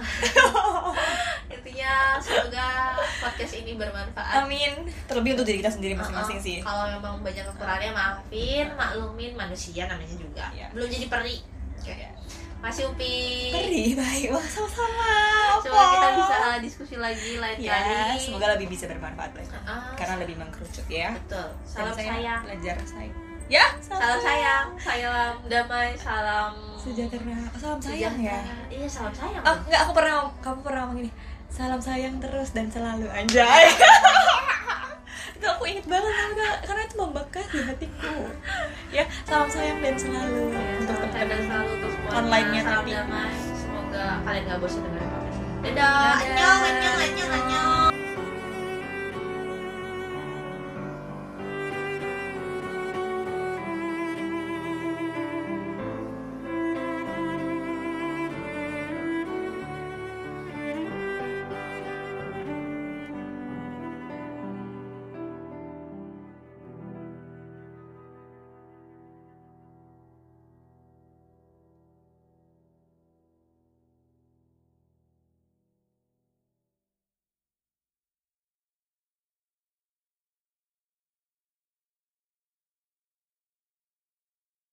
Intinya semoga podcast ini bermanfaat. Amin. Terlebih untuk diri kita sendiri masing-masing Uh-uh. sih. Kalau memang banyak kekurangannya maafin, maklumin, manusia namanya juga. Iya. Belum jadi peri. Iya. Masih Upi. Peri, baik. Wah, sama-sama. Semoga kita bisa uh, diskusi lagi lain Ya, kali. semoga lebih bisa bermanfaat lagi. Uh-uh. Karena lebih mengkerucut ya. Betul. Dan Salam saya sayang. Belajar sayang. Ya, Salam sayang, salam damai, salam sejahtera. Oh, salam sayang ya. sejahtera. Iya, salam sayang. Oh, dong. enggak, aku pernah kamu pernah ngomong gini. Salam sayang terus dan selalu, anjay. Itu aku inget banget karena, karena itu membekas di hatiku. Ya, salam sayang dan selalu untuk Salam sayang dan selalu untuk semuanya. online-nya Salam tapi. damai. Semoga kalian gak bosan dengerin podcast ini. Dadah. Dadah. Annyeong, annyeong.